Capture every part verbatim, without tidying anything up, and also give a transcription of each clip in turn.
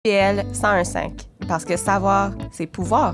C I B L cent un virgule cinq, parce que savoir, c'est pouvoir.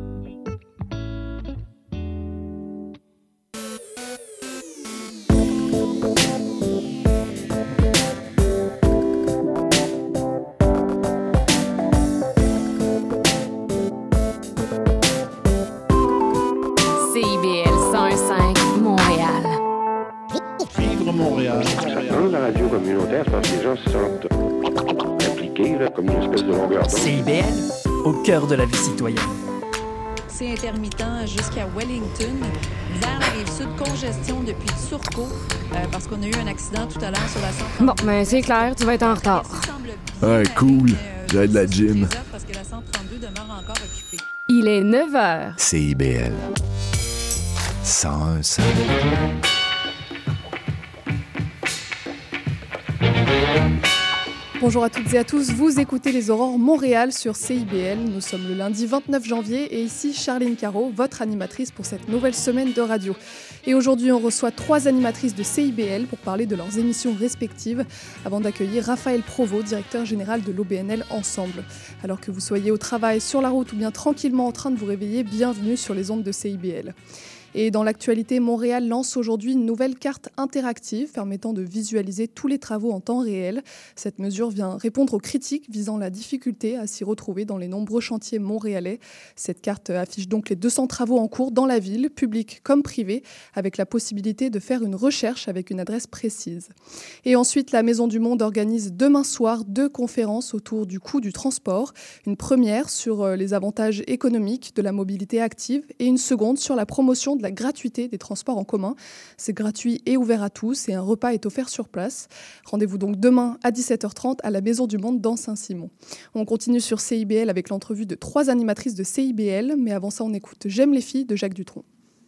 C I B L cent un virgule cinq, Montréal. Vivre Montréal. Dans la radio communautaire, c'est parce que les gens se sentent impliqués, là, comme une espèce de longueur d'onde. C I B L, au cœur de la vie citoyenne. C'est intermittent jusqu'à Wellington. Vers la Rive-Sud, congestion depuis Turcot, euh, parce qu'on a eu un accident tout à l'heure sur la cent trente-deux. Bon, ben c'est clair, tu vas être en retard. Ouais, cool. J'ai de la gym. Parce que la cent trente-deux demeure encore occupée. Il est neuf heures. C I B L cent un virgule cinq. Bonjour à toutes et à tous, vous écoutez les Aurores Montréal sur C I B L. Nous sommes le lundi vingt-neuf janvier et ici Charline Caro, votre animatrice pour cette nouvelle semaine de radio. Et aujourd'hui, on reçoit trois animatrices de C I B L pour parler de leurs émissions respectives avant d'accueillir Raphaël Provost, directeur général de l'O B N L Ensemble. Alors que vous soyez au travail, sur la route ou bien tranquillement en train de vous réveiller, bienvenue sur les ondes de C I B L. Et dans l'actualité, Montréal lance aujourd'hui une nouvelle carte interactive permettant de visualiser tous les travaux en temps réel. Cette mesure vient répondre aux critiques visant la difficulté à s'y retrouver dans les nombreux chantiers montréalais. Cette carte affiche donc les deux cents travaux en cours dans la ville, publics comme privés, avec la possibilité de faire une recherche avec une adresse précise. Et ensuite, la Maison du Monde organise demain soir deux conférences autour du coût du transport. Une première sur les avantages économiques de la mobilité active et une seconde sur la promotion de la gratuité des transports en commun. C'est gratuit et ouvert à tous et un repas est offert sur place. Rendez-vous donc demain à dix-sept heures trente à la Maison du Monde dans Saint-Simon. On continue sur C I B L avec l'entrevue de trois animatrices de C I B L, mais avant ça on écoute J'aime les filles de Jacques Dutronc.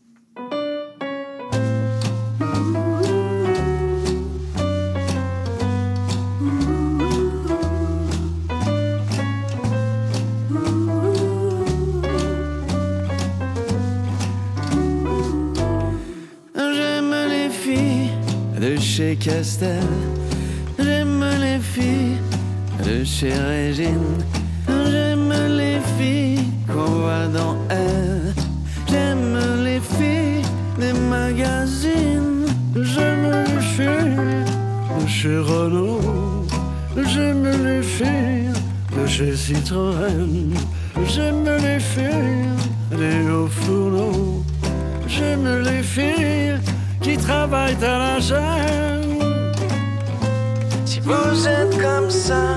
De chez Castel, j'aime les filles de chez Régine, j'aime les filles qu'on voit dans Elle, j'aime les filles des magazines, j'aime les filles de chez Renault, j'aime les filles de chez Citroën, j'aime les filles des hauts fourneaux, j'aime les filles qui travaillent à la chaîne. Si vous êtes comme ça,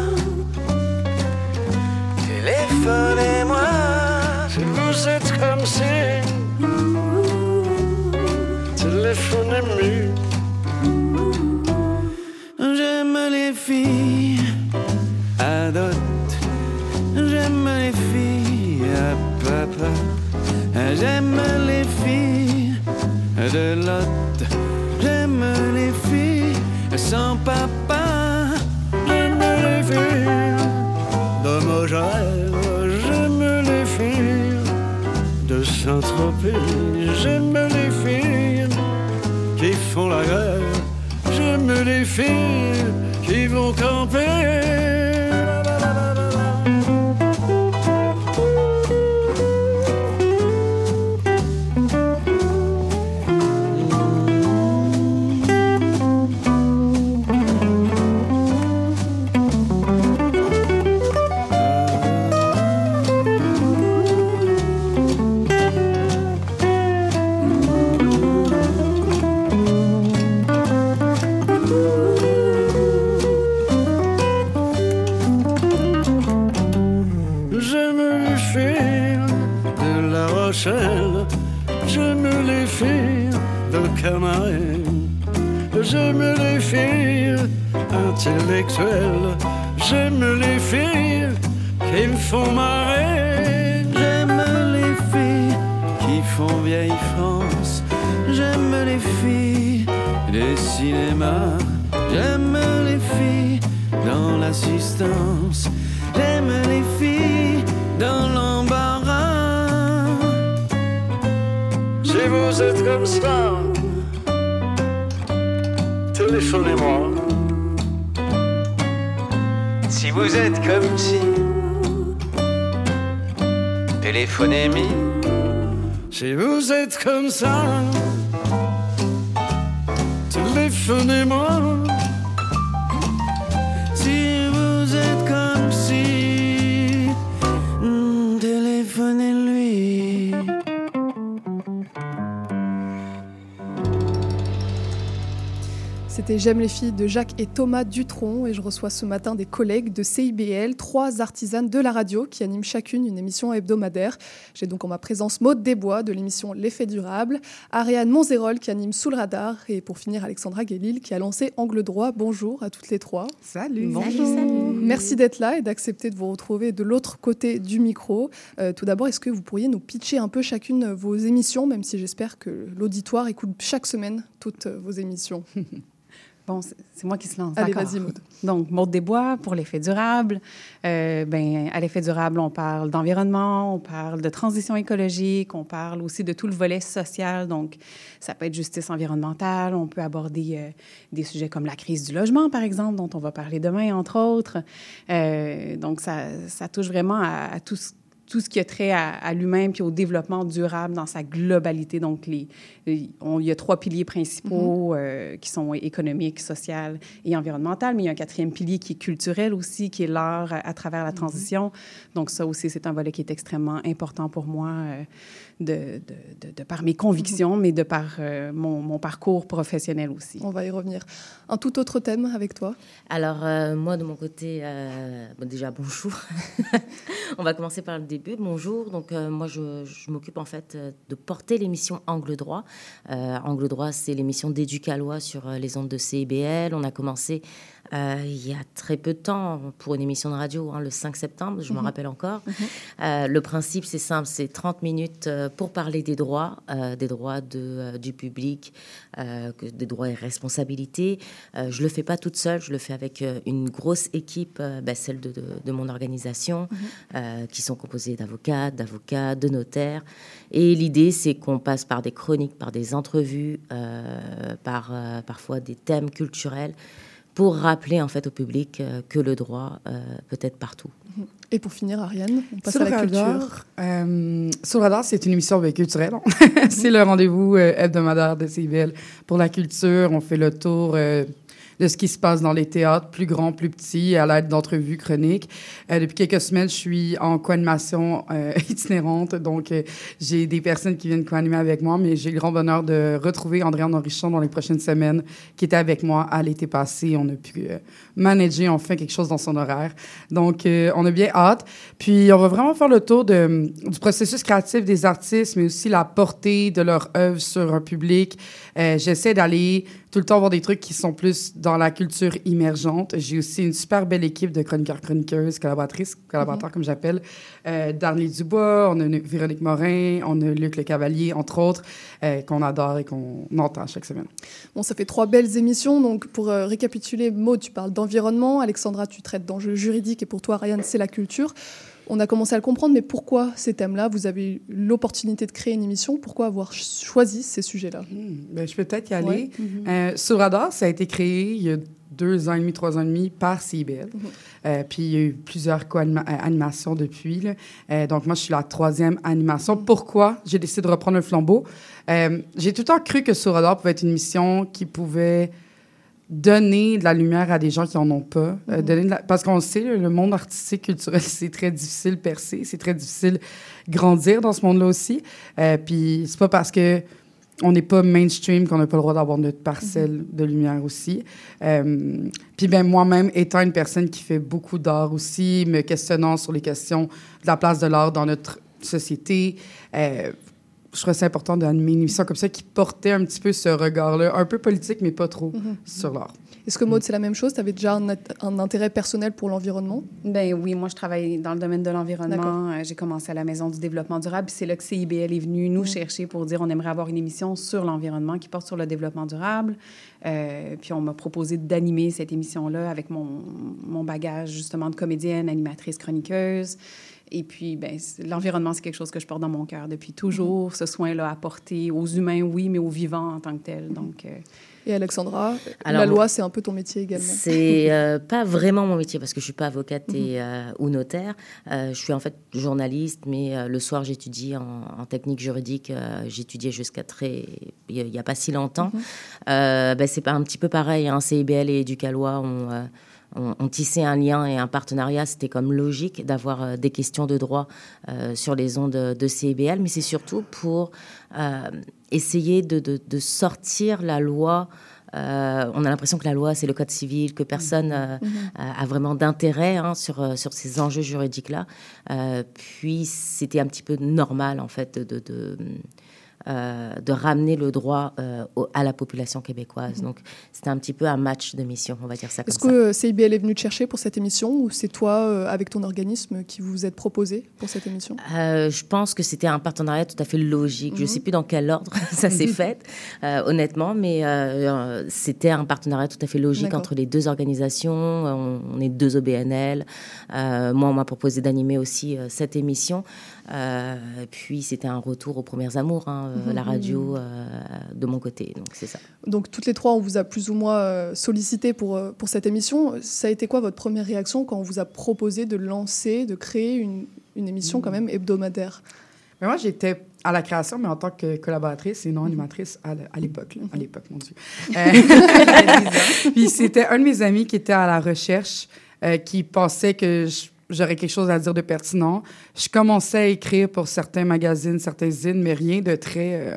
téléphonez-moi. Si vous êtes comme ça, téléphonez-moi. J'aime les filles à dot, j'aime les filles à papa, j'aime les filles de l'autre. J'aime les filles sans papa, j'aime les filles de Mogel, j'aime les filles de Saint-Tropez, j'aime les filles qui font la guerre, j'aime les filles qui vont camper. J'aime les filles de Camaret, j'aime les filles intellectuelles, j'aime les filles qui me font marrer, j'aime les filles qui font vieille France, j'aime les filles des cinémas, j'aime les filles dans l'assistance, j'aime les filles dans l'embarras. Si vous êtes comme ça, téléphonez-moi. Si vous êtes comme si, Téléphonémie. Si vous êtes comme ça, téléphonez-moi. Si vous êtes comme si, mm, téléphonez-lui. C'était J'aime les filles de Jacques et Thomas Dutronc et je reçois ce matin des collègues de C I B L, trois artisanes de la radio qui animent chacune une émission hebdomadaire. J'ai donc en ma présence Maude Desbois de l'émission L'Effet Durable, Ariane Monzérol qui anime Sous le radar et pour finir Alexandra Guélil qui a lancé Angle droit. Bonjour à toutes les trois. Salut. Bonjour. Salut, salut. Merci d'être là et d'accepter de vous retrouver de l'autre côté du micro. Euh, tout d'abord, est-ce que vous pourriez nous pitcher un peu chacune vos émissions, même si j'espère que l'auditoire écoute chaque semaine toutes vos émissions. Bon, c'est moi qui se lance. Allez, D'accord. vas-y, Maude. Donc, Maude Desbois pour l'effet durable. Euh, ben, à l'effet durable, on parle d'environnement, on parle de transition écologique, on parle aussi de tout le volet social. Donc, ça peut être justice environnementale, on peut aborder euh, des sujets comme la crise du logement, par exemple, dont on va parler demain, entre autres. Euh, donc, ça, ça touche vraiment à, à tout ce tout ce qui a trait à, à l'humain puis au développement durable dans sa globalité. Donc, les, les, on, il y a trois piliers principaux mm-hmm. euh, qui sont économiques, social et environnemental, mais il y a un quatrième pilier qui est culturel aussi, qui est l'art à, à travers la transition. Mm-hmm. Donc, ça aussi, c'est un volet qui est extrêmement important pour moi euh, de, de, de, de par mes convictions, mm-hmm. mais de par euh, mon, mon parcours professionnel aussi. On va y revenir. Un tout autre thème avec toi? Alors, euh, moi, de mon côté, euh, bon, déjà, bonjour. On va commencer par le début. Bonjour, donc euh, moi je, je m'occupe en fait euh, de porter l'émission Angle droit. Euh, Angle droit, c'est l'émission d'Éducalois sur euh, les ondes de C I B L. On a commencé euh, il y a très peu de temps pour une émission de radio, hein, le cinq septembre, je mm-hmm. m'en rappelle encore. Mm-hmm. Euh, le principe, c'est simple, c'est trente minutes euh, pour parler des droits, euh, des droits de, euh, du public, euh, que, des droits et responsabilités. Euh, je ne le fais pas toute seule, je le fais avec euh, une grosse équipe, euh, bah, celle de, de, de mon organisation, mm-hmm. euh, qui sont composées d'avocats, d'avocats, de notaires. Et l'idée, c'est qu'on passe par des chroniques, par des entrevues, euh, par euh, parfois des thèmes culturels pour rappeler en fait au public euh, que le droit euh, peut être partout. Et pour finir, Ariane, on passe Sur à la radar, culture. Euh, Sur le radar, c'est une émission ben, culturelle. C'est le rendez-vous euh, hebdomadaire de C I B L pour la culture. On fait le tour euh, de ce qui se passe dans les théâtres, plus grands, plus petits, à l'aide d'entrevues chroniques. Euh, depuis quelques semaines, je suis en co-animation euh, itinérante, donc euh, j'ai des personnes qui viennent co-animer avec moi, mais j'ai le grand bonheur de retrouver Andréane Henrichon dans les prochaines semaines, qui était avec moi à l'été passé. On a pu euh, manager enfin quelque chose dans son horaire. Donc, euh, on a bien hâte. Puis, on va vraiment faire le tour de, du processus créatif des artistes, mais aussi la portée de leur œuvre sur un public. Euh, j'essaie d'aller tout le temps voir des trucs qui sont plus dans la culture émergente. J'ai aussi une super belle équipe de chroniqueurs, chroniqueuses, collaboratrices, collaborateurs, mm-hmm. comme j'appelle. Euh, Darnley Dubois, on a Véronique Morin, on a Luc Le Cavalier, entre autres, euh, qu'on adore et qu'on entend chaque semaine. Bon, ça fait trois belles émissions. Donc, pour euh, récapituler, Maud, tu parles d'environnement. Alexandra, tu traites d'enjeux juridiques. Et pour toi, Ariane, c'est la culture. On a commencé à le comprendre, mais pourquoi ces thèmes-là? Vous avez eu l'opportunité de créer une émission. Pourquoi avoir choisi ces sujets-là? Mmh, ben, je peux peut-être y aller. Ouais. Mmh. Euh, Sur Radar, ça a été créé il y a deux ans et demi, trois ans et demi par C I B L. Mmh. Euh, puis il y a eu plusieurs co-animations depuis. Là. Euh, donc moi, je suis la troisième animation. Mmh. Pourquoi j'ai décidé de reprendre le flambeau? Euh, j'ai tout le temps cru que Sur Radar pouvait être une émission qui pouvait donner de la lumière à des gens qui n'en ont pas. Mm-hmm. Euh, donner de la... Parce qu'on le sait, le monde artistique, culturel, c'est très difficile de percer, c'est très difficile de grandir dans ce monde-là aussi. Euh, puis c'est pas parce que on n'est pas mainstream qu'on n'a pas le droit d'avoir notre parcelle mm-hmm. de lumière aussi. Euh, puis ben moi-même, étant une personne qui fait beaucoup d'art aussi, me questionnant sur les questions de la place de l'art dans notre société, euh, je trouvais c'est important d'animer une émission comme ça qui portait un petit peu ce regard-là, un peu politique, mais pas trop, mm-hmm. sur l'art. Est-ce que, Maud, c'est la même chose? Tu avais déjà un, un intérêt personnel pour l'environnement? Ben oui, moi, je travaille dans le domaine de l'environnement. Euh, j'ai commencé à la Maison du développement durable. Puis c'est là que C I B L est venu nous mmh. chercher pour dire on aimerait avoir une émission sur l'environnement qui porte sur le développement durable. Euh, puis on m'a proposé d'animer cette émission-là avec mon, mon bagage, justement, de comédienne, animatrice, chroniqueuse. et puis, ben, l'environnement, c'est quelque chose que je porte dans mon cœur depuis toujours. Mm-hmm. Ce soin-là apporté aux humains, oui, mais aux vivants en tant que tels. Donc, euh... Et Alexandra, Alors, la loi, c'est un peu ton métier également. C'est euh, pas vraiment mon métier parce que je suis pas avocate Mm-hmm. et, euh, ou notaire. Euh, je suis en fait journaliste, mais euh, le soir, j'étudie en, en technique juridique. Euh, j'étudiais jusqu'à très... Il n'y a pas si longtemps. Mm-hmm. Euh, ben, c'est pas un petit peu pareil. Hein. C I B L et Éducalois ont... Euh, On, on tissait un lien et un partenariat. C'était comme logique d'avoir euh, des questions de droit euh, sur les ondes de, de C I B L, mais c'est surtout pour euh, essayer de, de, de sortir la loi. Euh, on a l'impression que la loi, c'est le code civil, que personne euh, mm-hmm. a vraiment d'intérêt hein, sur, euh, sur ces enjeux juridiques-là. Euh, puis, c'était un petit peu normal, en fait, de... de, de Euh, de ramener le droit euh, au, à la population québécoise. Mmh. Donc, c'était un petit peu un match de mission, on va dire ça comme Est-ce ça. Est-ce que C I B L est venu te chercher pour cette émission ou c'est toi, euh, avec ton organisme, qui vous êtes proposé pour cette émission? euh, Je pense que c'était un partenariat tout à fait logique. Mmh. Je ne sais plus dans quel ordre ça s'est fait, euh, honnêtement, mais euh, c'était un partenariat tout à fait logique D'accord. entre les deux organisations. On, on est deux O B N L. Euh, moi, on m'a proposé d'animer aussi euh, cette émission. Euh, puis, c'était un retour aux premières amours, hein, euh, mmh. la radio euh, de mon côté. Donc, c'est ça. Donc, toutes les trois, on vous a plus ou moins euh, sollicité pour, euh, pour cette émission. Ça a été quoi votre première réaction quand on vous a proposé de lancer, de créer une, une émission mmh. quand même hebdomadaire? Mais moi, j'étais à la création, mais en tant que collaboratrice et non animatrice à, à l'époque. Là, à l'époque, mon Dieu. Euh, puis, c'était un de mes amis qui était à la recherche, euh, qui pensait que je j'aurais quelque chose à dire de pertinent. Je commençais à écrire pour certains magazines, certains zines, mais rien de très... Euh...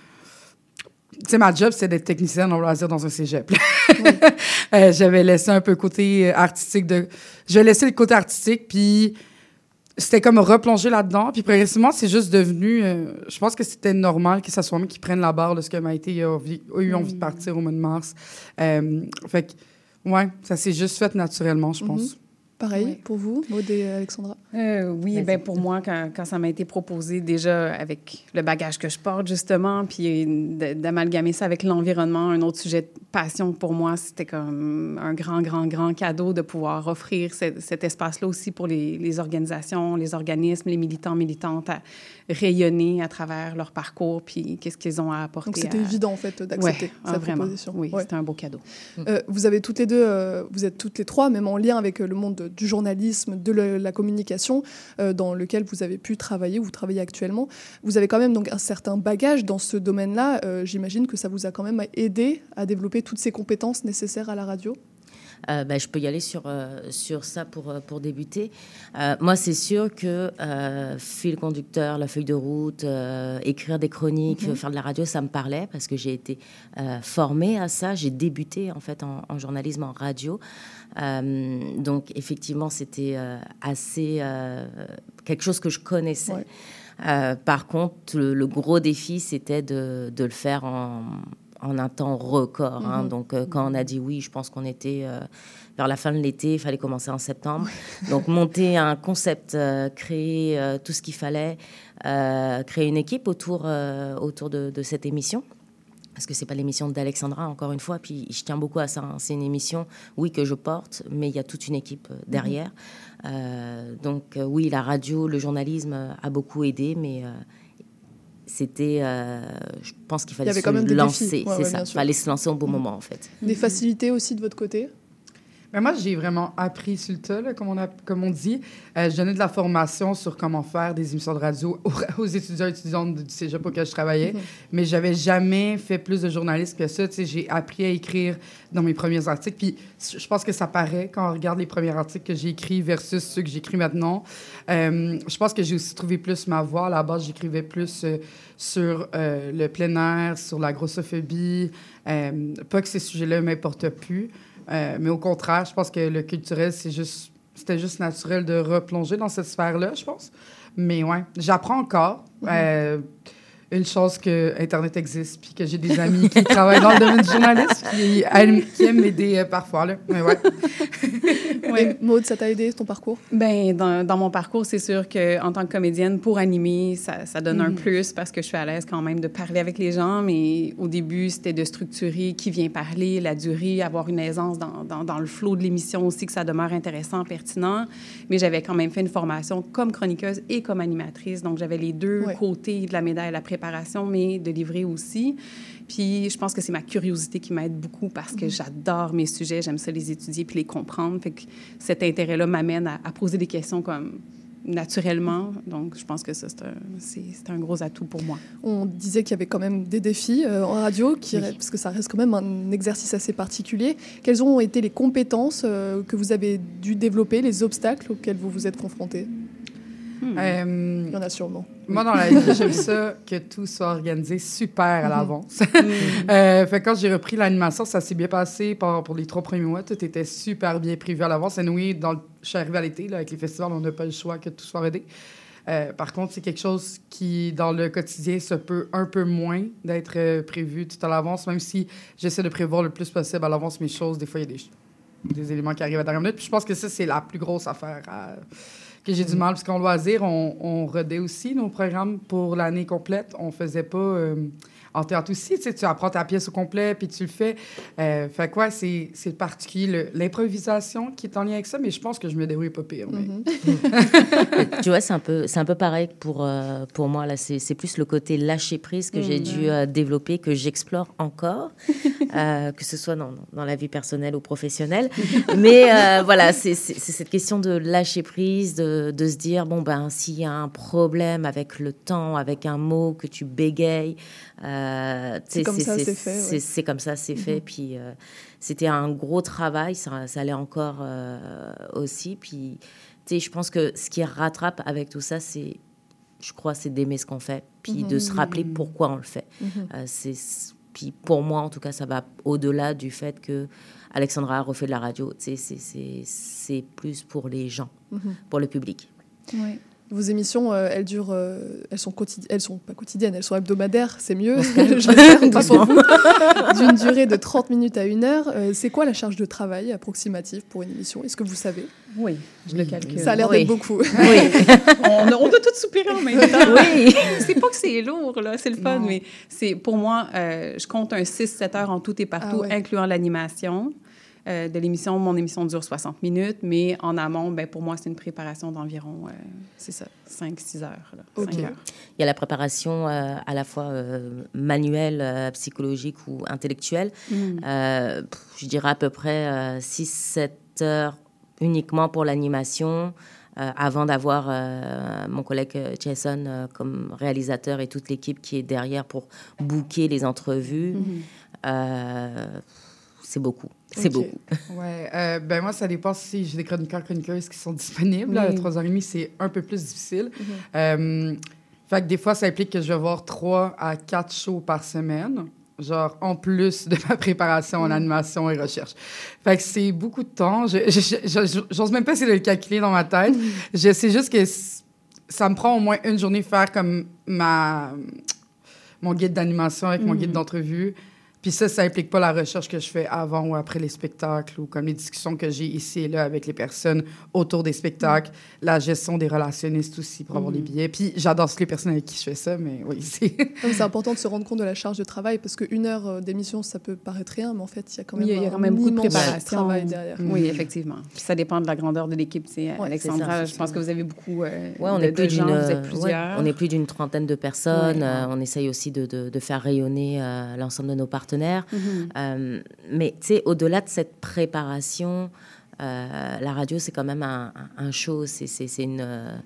Tu sais, ma job, c'est d'être technicienne en loisirs dans un cégep. Oui. euh, j'avais laissé un peu le côté artistique de... Je laissé le côté artistique, puis c'était comme replonger là-dedans. Puis progressivement, c'est juste devenu... Euh... Je pense que c'était normal que ça soit moi qui prenne la barre de ce que Maïté a, a eu envie de partir au mois de mars. Euh... Fait que, ouais, ça s'est juste fait naturellement, je pense. Mm-hmm. Pareil oui. pour vous, Maud et Alexandra? Euh, oui, ben pour moi, quand, quand ça m'a été proposé, déjà avec le bagage que je porte, justement, puis d'amalgamer ça avec l'environnement, un autre sujet de passion pour moi, c'était comme un grand, grand, grand cadeau de pouvoir offrir cet, cet espace-là aussi pour les, les organisations, les organismes, les militants, militantes à rayonner à travers leur parcours, puis qu'est-ce qu'ils ont à apporter. Donc, c'était à... évident, en fait, d'accepter ouais, cette ah, vraiment. proposition. Oui, ouais. c'était un beau cadeau. Euh, vous avez toutes les deux, euh, vous êtes toutes les trois, même en lien avec le monde du journalisme, de le, la communication, euh, dans lequel vous avez pu travailler, vous travaillez actuellement. Vous avez quand même donc un certain bagage dans ce domaine-là. Euh, j'imagine que ça vous a quand même aidé à développer toutes ces compétences nécessaires à la radio. Euh, ben, je peux y aller sur, euh, sur ça pour, pour débuter. Euh, moi, c'est sûr que euh, fil conducteur, la feuille de route, euh, écrire des chroniques, mm-hmm. faire de la radio, ça me parlait parce que j'ai été euh, formée à ça. J'ai débuté en fait en, en journalisme en radio. Euh, donc, effectivement, c'était euh, assez euh, quelque chose que je connaissais. Ouais. Euh, par contre, le, le gros défi, c'était de, de le faire en... en un temps record. Hein. Mm-hmm. Donc, euh, quand on a dit oui, je pense qu'on était euh, vers la fin de l'été, il fallait commencer en septembre. Donc, monter un concept, euh, créer euh, tout ce qu'il fallait, euh, créer une équipe autour, euh, autour de, de cette émission. Parce que ce n'est pas l'émission d'Alexandra, encore une fois. Puis, je tiens beaucoup à ça. Hein. C'est une émission, oui, que je porte, mais il y a toute une équipe euh, derrière. Mm-hmm. Euh, donc, euh, oui, la radio, le journalisme euh, a beaucoup aidé, mais... Euh, C'était, euh, je pense qu'il fallait se lancer, ouais, c'est ouais, ça. Il fallait se lancer au bon mmh. moment, en fait. Des facilités aussi de votre côté? Mais moi, j'ai vraiment appris sur le tas, là, comme, on a, comme on dit. Euh, je donnais de la formation sur comment faire des émissions de radio aux, aux étudiants et étudiantes du cégep auquel je travaillais. Mm-hmm. Mais je n'avais jamais fait plus de journalisme que ça. Tu sais, j'ai appris à écrire dans mes premiers articles. Puis je pense que ça paraît quand on regarde les premiers articles que j'ai écrits versus ceux que j'écris maintenant. Euh, je pense que j'ai aussi trouvé plus ma voix. À la base, j'écrivais plus euh, sur euh, le plein air, sur la grossophobie. Euh, pas que ces sujets-là ne m'importent plus. Euh, mais au contraire, je pense que le culturel, c'est juste, c'était juste naturel de replonger dans cette sphère-là, je pense. Mais ouais, j'apprends encore. Mm-hmm. Euh, une chance que Internet existe, puis que j'ai des amis qui travaillent dans le domaine du journalisme, qui aiment, qui aiment m'aider euh, parfois, là. Mais ouais. Ouais. Maud, ça t'a aidé, ton parcours? Ben dans, dans mon parcours, c'est sûr qu'en tant que comédienne, pour animer, ça, ça donne mm-hmm. un plus parce que je suis à l'aise quand même de parler avec les gens, mais au début, c'était de structurer qui vient parler, la durée, avoir une aisance dans, dans, dans le flow de l'émission aussi, que ça demeure intéressant, pertinent. Mais j'avais quand même fait une formation comme chroniqueuse et comme animatrice, donc j'avais les deux ouais. côtés de la médaille, la préparation, mais de livrer aussi. Puis je pense que c'est ma curiosité qui m'aide beaucoup parce que j'adore mes sujets, j'aime ça les étudier puis les comprendre. Fait que cet intérêt-là m'amène à, à poser des questions comme naturellement. Donc, je pense que ça, c'est un, c'est, c'est un gros atout pour moi. On disait qu'il y avait quand même des défis euh, en radio, qui, oui. parce que ça reste quand même un exercice assez particulier. Quelles ont été les compétences euh, que vous avez dû développer, les obstacles auxquels vous vous êtes confrontés? Hmm. Euh, Il y en a sûrement. Moi, dans la vie, j'aime ça que tout soit organisé super à l'avance. Mm-hmm. euh, fait que quand j'ai repris l'animation, ça s'est bien passé pour, pour les trois premiers mois. Tout était super bien prévu à l'avance. Et oui, dans le, je suis arrivée à l'été, là, avec les festivals, on n'a pas le choix que tout soit rodé. Euh, par contre, c'est quelque chose qui, dans le quotidien, se peut un peu moins d'être euh, prévu tout à l'avance, même si j'essaie de prévoir le plus possible à l'avance mes choses. Des fois, il y a des, des éléments qui arrivent à la dernière minute. Puis je pense que ça, c'est la plus grosse affaire à... que j'ai du mal, parce qu'en loisir, on, on rodait aussi nos programmes pour l'année complète. On faisait pas... Euh, en théâtre aussi, tu sais, tu apprends ta pièce au complet, puis tu le fais. Euh, fait quoi, c'est, c'est particulier, le, l'improvisation qui est en lien avec ça, mais je pense que je me débrouille pas pire. Mais... Mm-hmm. Tu vois, c'est un peu, c'est un peu pareil pour, euh, pour moi. Là, c'est, c'est plus le côté lâcher-prise que mm-hmm. j'ai dû euh, développer, que j'explore encore, euh, que ce soit dans, dans la vie personnelle ou professionnelle. Mais euh, voilà, c'est, c'est, c'est cette question de lâcher-prise, de, de se dire, bon, ben, s'il y a un problème avec le temps, avec un mot que tu bégayes, Euh, c'est, comme c'est, ça, c'est, c'est fait. C'est, ouais. c'est comme ça, c'est fait. Mm-hmm. Puis euh, c'était un gros travail, ça, ça l'est encore euh, aussi. Puis, tu sais, je pense que ce qui rattrape avec tout ça, c'est, je crois, c'est d'aimer ce qu'on fait, puis mm-hmm. de se rappeler pourquoi on le fait. Mm-hmm. Euh, c'est, puis pour moi, en tout cas, ça va au-delà du fait que Alexandra a refait de la radio. Tu sais, c'est, c'est, c'est plus pour les gens, mm-hmm. pour le public. Oui. Vos émissions, euh, elles durent, euh, elles sont quotidiennes, elles sont pas quotidiennes, elles sont hebdomadaires, c'est mieux. J'espère, pas pour vous. D'une durée de trente minutes à une heure. Euh, c'est quoi la charge de travail approximative pour une émission? Est-ce que vous savez? Oui, je le calcule. Ça a l'air oui. d'être beaucoup. Oui. on, on doit tout soupirer en même temps. Oui. C'est pas que c'est lourd, là, c'est le fun, non. mais c'est, pour moi, euh, je compte un six sept heures en tout et partout, ah ouais. incluant l'animation. Euh, de l'émission, mon émission dure soixante minutes, mais en amont, ben, pour moi, c'est une préparation d'environ, euh, c'est ça, cinq six heures. Là, okay. cinq heures. Il y a la préparation euh, à la fois euh, manuelle, euh, psychologique ou intellectuelle. Mm. Euh, je dirais à peu près euh, six sept heures uniquement pour l'animation, euh, avant d'avoir euh, mon collègue Jason euh, comme réalisateur et toute l'équipe qui est derrière pour booker les entrevues. Mm-hmm. Euh, c'est beaucoup. C'est okay. beaucoup. Ouais, euh, ben moi, ça dépend si j'ai des chroniqueurs, chroniqueuses qui sont disponibles. Oui. À trois heures trente, c'est un peu plus difficile. Mm-hmm. Euh, fait que des fois, ça implique que je vais avoir trois à quatre shows par semaine, genre en plus de ma préparation en animation et recherche. Fait que c'est beaucoup de temps. Je, je, je, je, j'ose même pas essayer de le calculer dans ma tête. Mm-hmm. Je sais juste que ça me prend au moins une journée faire comme ma, mon guide d'animation avec mm-hmm. mon guide d'entrevue. Puis ça, ça implique pas la recherche que je fais avant ou après les spectacles ou comme les discussions que j'ai ici et là avec les personnes autour des spectacles, mmh. la gestion des relationnistes aussi pour mmh. avoir les billets. Puis j'adore les personnes avec qui je fais ça, mais oui, c'est... C'est important de se rendre compte de la charge de travail parce qu'une heure d'émission, ça peut paraître rien, mais en fait, il y a quand même, il y a quand même beaucoup de préparation. Travail derrière. Mmh. Oui, effectivement. Puis ça dépend de la grandeur de l'équipe. C'est ouais, Alexandra, c'est ça, je pense que vous avez beaucoup euh, ouais, on de, est plus de gens, d'une, vous êtes plusieurs. Ouais, on est plus d'une trentaine de personnes. Ouais. Euh, on essaye aussi de, de, de faire rayonner euh, l'ensemble de nos partenaires. Mmh. Euh, mais tu sais, au-delà de cette préparation, euh, la radio, c'est quand même un, un, un show. C'est, c'est, c'est une, euh,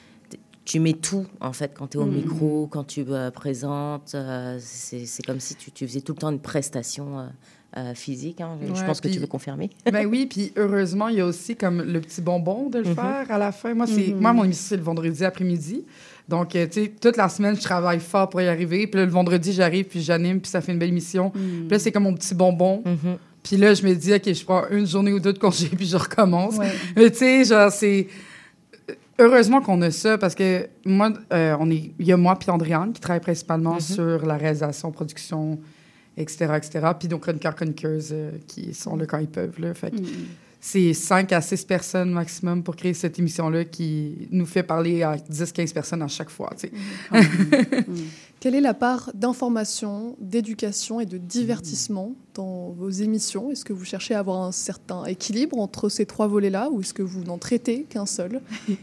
tu mets tout, en fait, quand tu es au mmh. micro, quand tu euh, présentes. Euh, c'est, c'est comme si tu, tu faisais tout le temps une prestation euh, euh, physique. Hein. Je ouais, pense que tu veux confirmer. Ben oui, puis heureusement, il y a aussi comme le petit bonbon de le mmh. faire à la fin. Moi, c'est, mmh. moi mon émission, c'est le vendredi après-midi. Donc, tu sais, toute la semaine, je travaille fort pour y arriver. Puis là, le vendredi, j'arrive, puis j'anime, puis ça fait une belle émission. Mm. Puis là, c'est comme mon petit bonbon. Mm-hmm. Puis là, je me dis, OK, je prends une journée ou deux de congé, puis je recommence. Ouais. Mais tu sais, genre, c'est... heureusement qu'on a ça, parce que moi, euh, on est, il y a moi puis Andréane qui travaillent principalement mm-hmm. sur la réalisation, production, et cetera, et cetera. Puis donc, chroniqueurs, chroniqueuses euh, qui sont là quand ils peuvent. Là. Fait que mm-hmm. c'est cinq à six personnes maximum pour créer cette émission-là qui nous fait parler à dix à quinze personnes à chaque fois. Tu sais. Mm-hmm. mm-hmm. Quelle est la part d'information, d'éducation et de divertissement dans vos émissions? Est-ce que vous cherchez à avoir un certain équilibre entre ces trois volets-là ou est-ce que vous n'en traitez qu'un seul?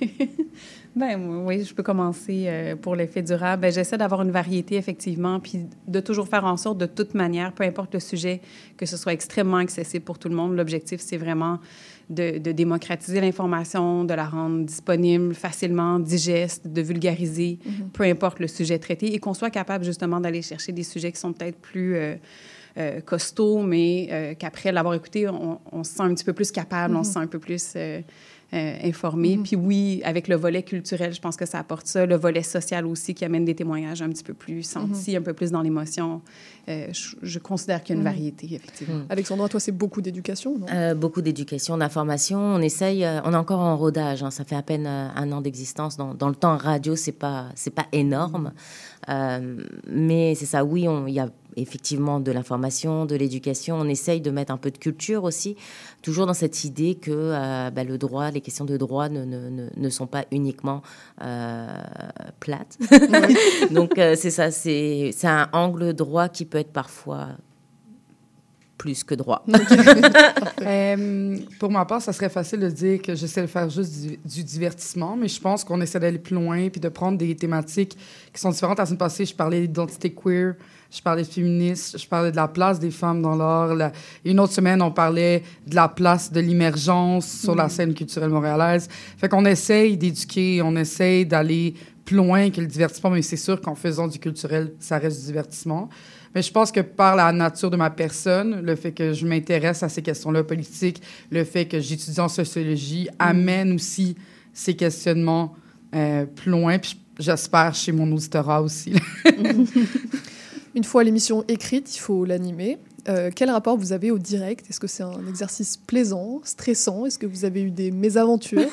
Ben oui, je peux commencer euh, pour l'effet durable. Ben, j'essaie d'avoir une variété, effectivement, puis de toujours faire en sorte, de toute manière, peu importe le sujet, que ce soit extrêmement accessible pour tout le monde. L'objectif, c'est vraiment de, de démocratiser l'information, de la rendre disponible facilement, digeste, de vulgariser, mm-hmm. peu importe le sujet traité, et qu'on soit capable, justement, d'aller chercher des sujets qui sont peut-être plus... Euh, Euh, costaud, mais euh, qu'après l'avoir écouté, on, on se sent un petit peu plus capable, mm-hmm. on se sent un peu plus euh, euh, informé. Mm-hmm. Puis oui, avec le volet culturel, je pense que ça apporte ça. Le volet social aussi, qui amène des témoignages un petit peu plus sentis, mm-hmm. un peu plus dans l'émotion. Euh, je, je considère qu'il y a une mm-hmm. variété, effectivement. Mm-hmm. Alexandra, toi, c'est beaucoup d'éducation, non? Euh, beaucoup d'éducation, d'information. On essaye, euh, on est encore en rodage. Hein, ça fait à peine euh, un an d'existence. Dans, dans le temps radio, c'est pas, c'est pas énorme. Mm-hmm. Euh, mais c'est ça, oui, il y a effectivement de l'information, de l'éducation. On essaye de mettre un peu de culture aussi, toujours dans cette idée que euh, bah, le droit, les questions de droit ne, ne, ne, ne sont pas uniquement euh, plates. Donc, euh, c'est ça, c'est, c'est un angle droit qui peut être parfois plus que droit. euh, pour ma part, ça serait facile de dire que j'essaie de faire juste du, du divertissement, mais je pense qu'on essaie d'aller plus loin puis de prendre des thématiques qui sont différentes. La semaine passée, je parlais d'identité queer, je parlais de féminisme, je parlais de la place des femmes dans l'art. La... Une autre semaine, on parlait de la place de l'émergence sur mmh. la scène culturelle montréalaise. Fait qu'on essaye d'éduquer, on essaye d'aller plus loin que le divertissement, mais c'est sûr qu'en faisant du culturel, ça reste du divertissement. Mais je pense que par la nature de ma personne, le fait que je m'intéresse à ces questions-là politiques, le fait que j'étudie en sociologie, mmh. amène aussi ces questionnements euh, plus loin. Puis j'espère chez mon auditorat aussi. Une fois l'émission écrite, il faut l'animer. Euh, quel rapport vous avez au direct? Est-ce que c'est un exercice plaisant, stressant? Est-ce que vous avez eu des mésaventures?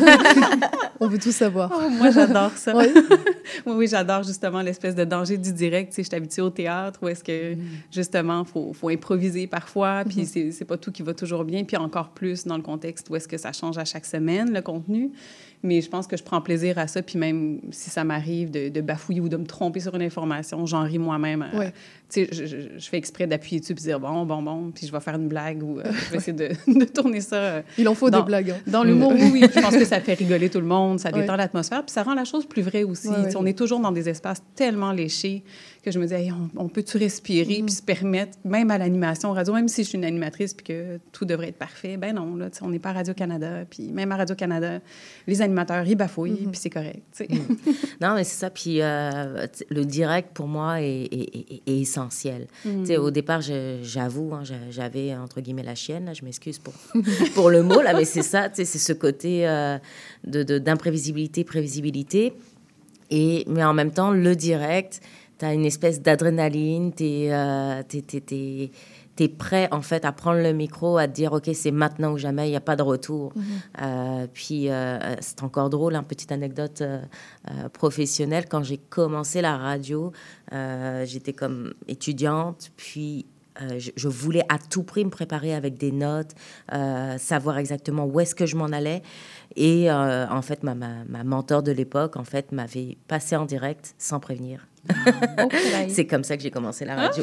On veut tout savoir. Oh, moi, j'adore ça. Oui, oui, oui, j'adore justement l'espèce de danger du direct. Tu sais, je suis habituée au théâtre où est-ce que, justement, il faut, faut improviser parfois, puis mm-hmm. c'est, c'est pas tout qui va toujours bien, puis encore plus dans le contexte où est-ce que ça change à chaque semaine, le contenu. Mais je pense que je prends plaisir à ça, puis même si ça m'arrive de, de bafouiller ou de me tromper sur une information, j'en ris moi-même. Ouais. Tu sais, je, je, je fais exprès d'appuyer dessus puis dire bon, bon, bon, puis je vais faire une blague ou euh, je vais essayer de, de tourner ça. Euh, Il en faut dans, des blagues. Hein. Dans l'humour, oui, oui. Je pense que ça fait rigoler tout le monde, ça détend ouais. l'atmosphère, puis ça rend la chose plus vraie aussi. Ouais, ouais. On est toujours dans des espaces tellement léchés que je me dis, hey, on, on peut-tu respirer mm. puis se permettre, même à l'animation radio, même si je suis une animatrice puis que tout devrait être parfait, ben non, là, on n'est pas à Radio-Canada, puis même à Radio-Canada, les animateurs, ils bafouillent, mm-hmm. puis c'est correct. Mm. Non, mais c'est ça, puis euh, le direct, pour moi, est, est, est, est essentiel. Mm. Au départ, je, j'avoue, hein, j'avais, entre guillemets, la chienne, là, je m'excuse pour, pour le mot, là, mais c'est ça, c'est ce côté euh, de, de, d'imprévisibilité, prévisibilité, et, mais en même temps, le direct... T'as une espèce d'adrénaline, t'es, euh, t'es, t'es, t'es, t'es prêt, en fait, à prendre le micro, à te dire, OK, c'est maintenant ou jamais, il n'y a pas de retour. Mm-hmm. Euh, puis, euh, c'est encore drôle, une hein, petite anecdote euh, euh, professionnelle. Quand j'ai commencé la radio, euh, j'étais comme étudiante, puis... Euh, je, je voulais à tout prix me préparer avec des notes, euh, savoir exactement où est-ce que je m'en allais. Et euh, en fait, ma, ma, ma mentor de l'époque, en fait, m'avait passé en direct sans prévenir. Okay. C'est comme ça que j'ai commencé la radio.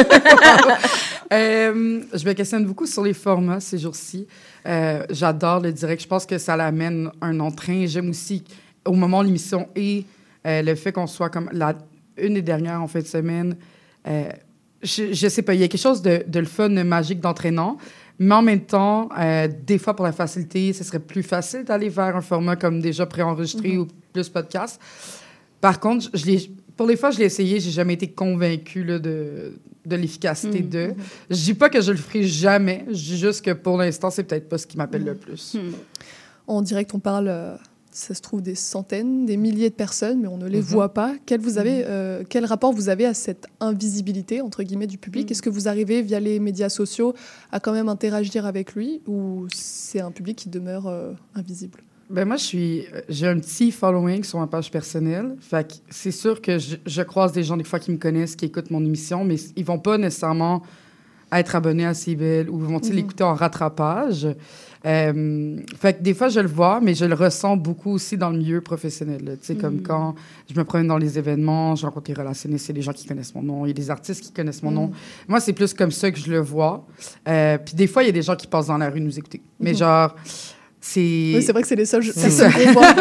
euh, je me questionne beaucoup sur les formats ces jours-ci. Euh, j'adore le direct. Je pense que ça l'amène un entrain. J'aime aussi, au moment où l'émission est, euh, le fait qu'on soit comme la, une des dernières en fin de semaine... Euh, Je, je sais pas, il y a quelque chose de, de le fun, de magique, d'entraînant, mais en même temps, euh, des fois, pour la facilité, ce serait plus facile d'aller vers un format comme déjà préenregistré mm-hmm. ou plus podcast. Par contre, je l'ai, pour les fois, je l'ai essayé, j'ai jamais été convaincue là, de, de l'efficacité mm-hmm. de. Je dis pas que je le ferai jamais, je dis juste que pour l'instant, c'est peut-être pas ce qui m'appelle mm-hmm. le plus. Mm-hmm. En direct, on parle... Euh... Ça se trouve des centaines, des milliers de personnes, mais on ne les mm-hmm. voit pas. Quel, vous avez, euh, quel rapport vous avez à cette invisibilité, entre guillemets, du public? Mm-hmm. Est-ce que vous arrivez, via les médias sociaux, à quand même interagir avec lui, ou c'est un public qui demeure euh, invisible? Ben moi, je suis, j'ai un petit following sur ma page personnelle. Fait que c'est sûr que je, je croise des gens des fois qui me connaissent, qui écoutent mon émission, mais ils vont pas nécessairement être abonnés à C I B L ou vont-ils mm-hmm. l'écouter en rattrapage. Euh, fait que des fois, je le vois, mais je le ressens beaucoup aussi dans le milieu professionnel. Tu sais, mm-hmm. comme quand je me promène dans les événements, je rencontre des relationnistes, il y a des gens qui connaissent mon nom, il y a des artistes qui connaissent mon mm-hmm. nom. Moi, c'est plus comme ça que je le vois. Euh, puis des fois, il y a des gens qui passent dans la rue nous écouter. Mm-hmm. Mais genre... C'est... Oui, c'est vrai que c'est les seuls c'est personnes qu'on voit.